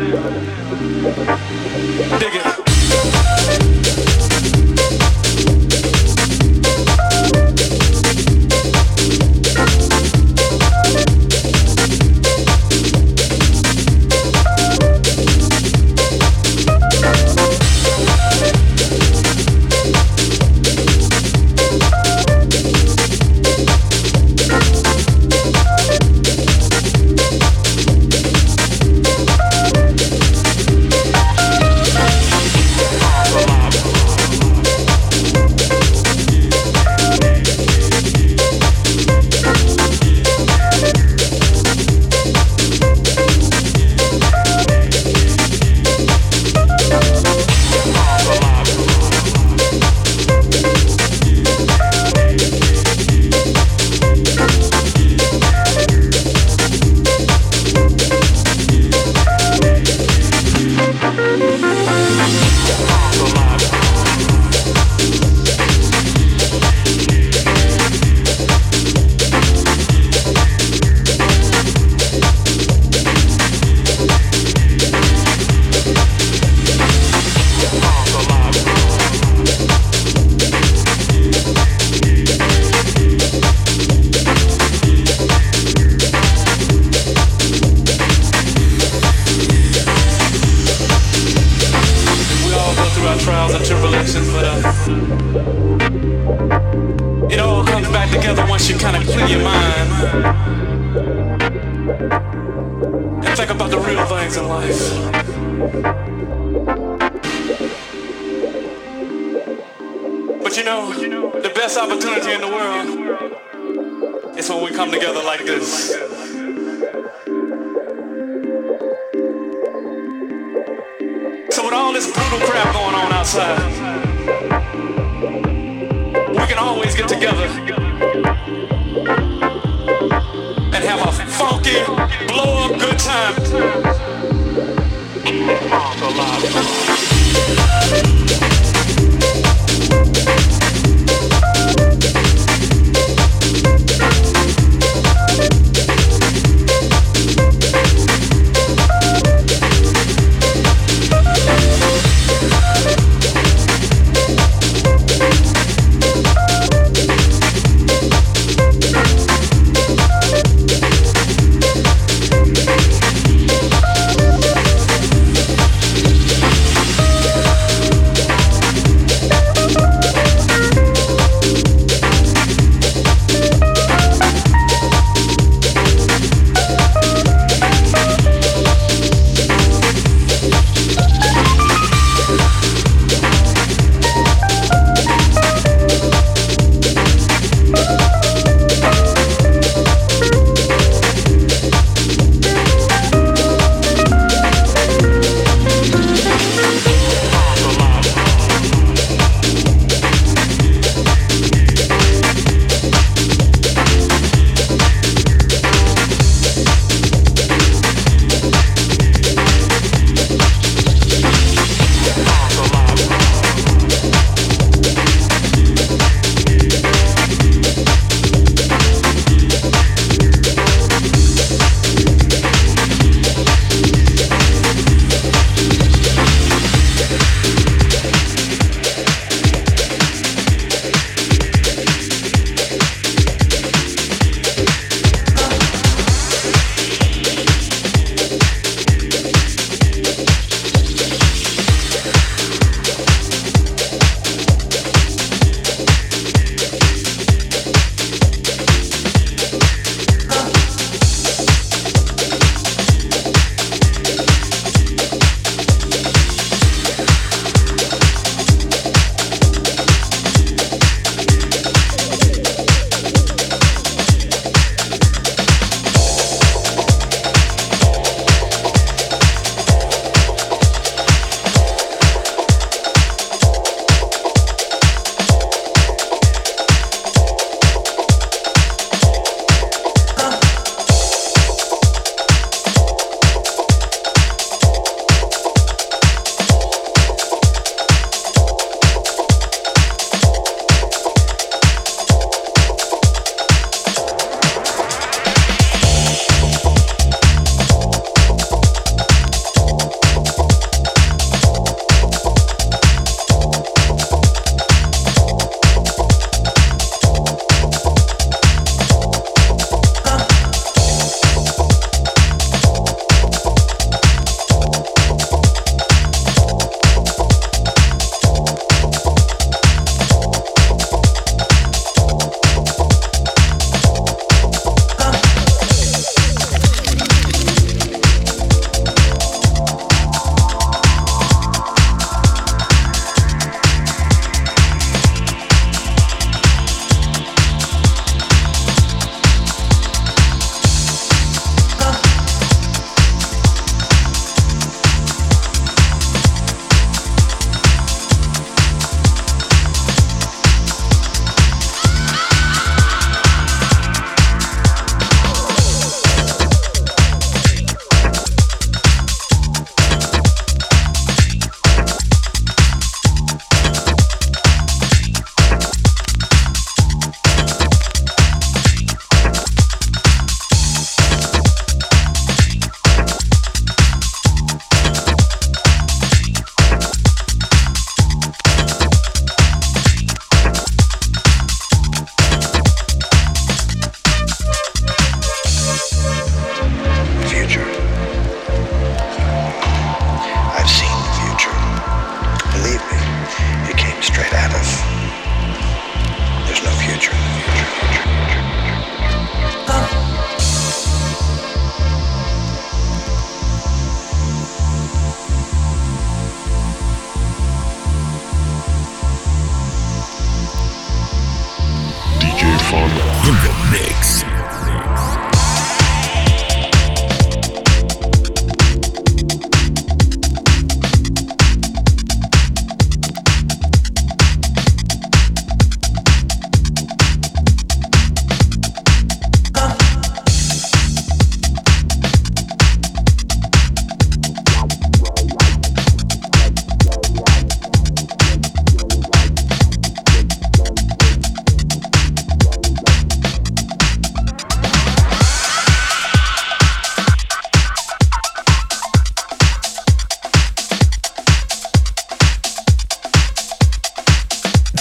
Dig it.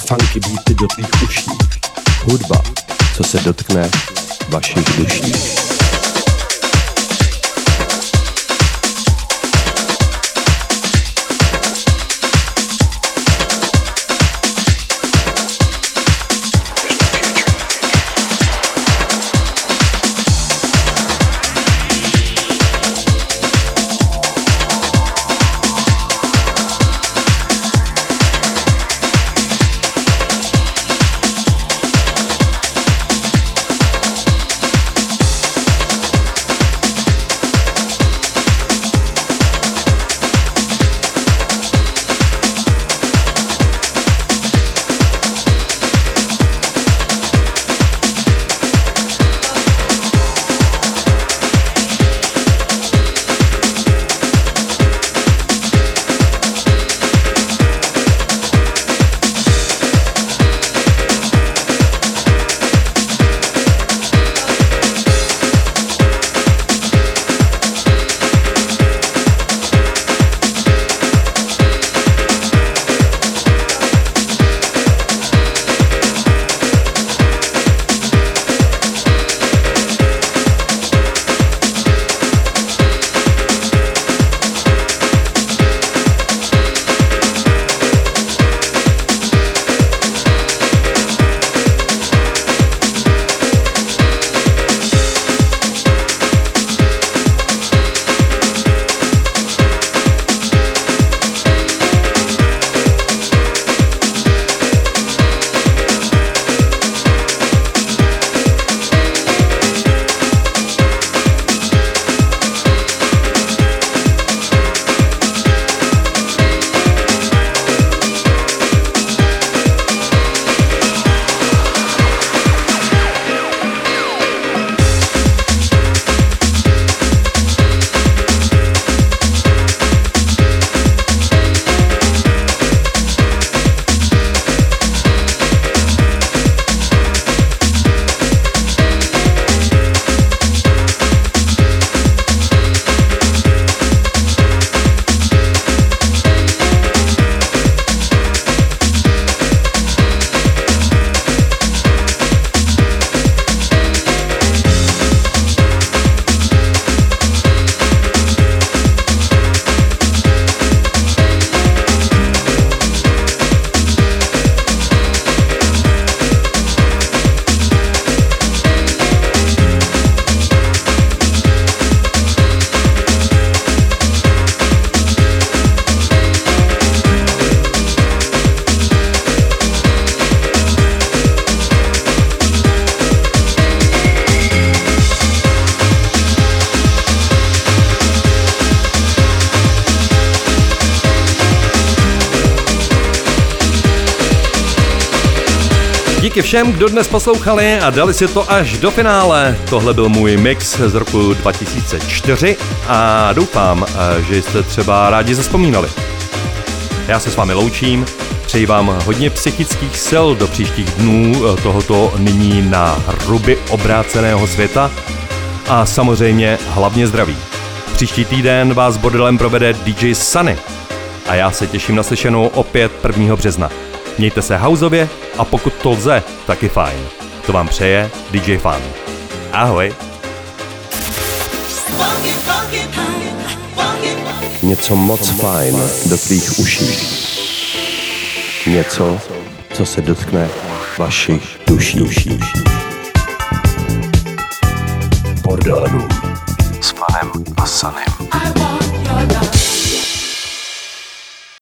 funky beaty do tvých uší. Hudba, co se dotkne vašich duší. Díky všem, kdo dnes poslouchali a dali si to až do finále. Tohle byl můj mix z roku dva tisíce čtyři a doufám, že jste třeba rádi zavzpomínali. Já se s vámi loučím, přeji vám hodně psychických sil do příštích dnů tohoto nyní na hruby obráceného světa a samozřejmě hlavně zdraví. Příští týden vás bordelem provede D J Sunny a já se těším na slyšenou opět prvního března. Mějte se houseově a pokud to lze, taky fajn. To vám přeje D J Fun. Ahoj. Něco moc fajn do tvých uší. Něco, co se dotkne vašich duší. duší. Bordelů s Fanem a Sunnym.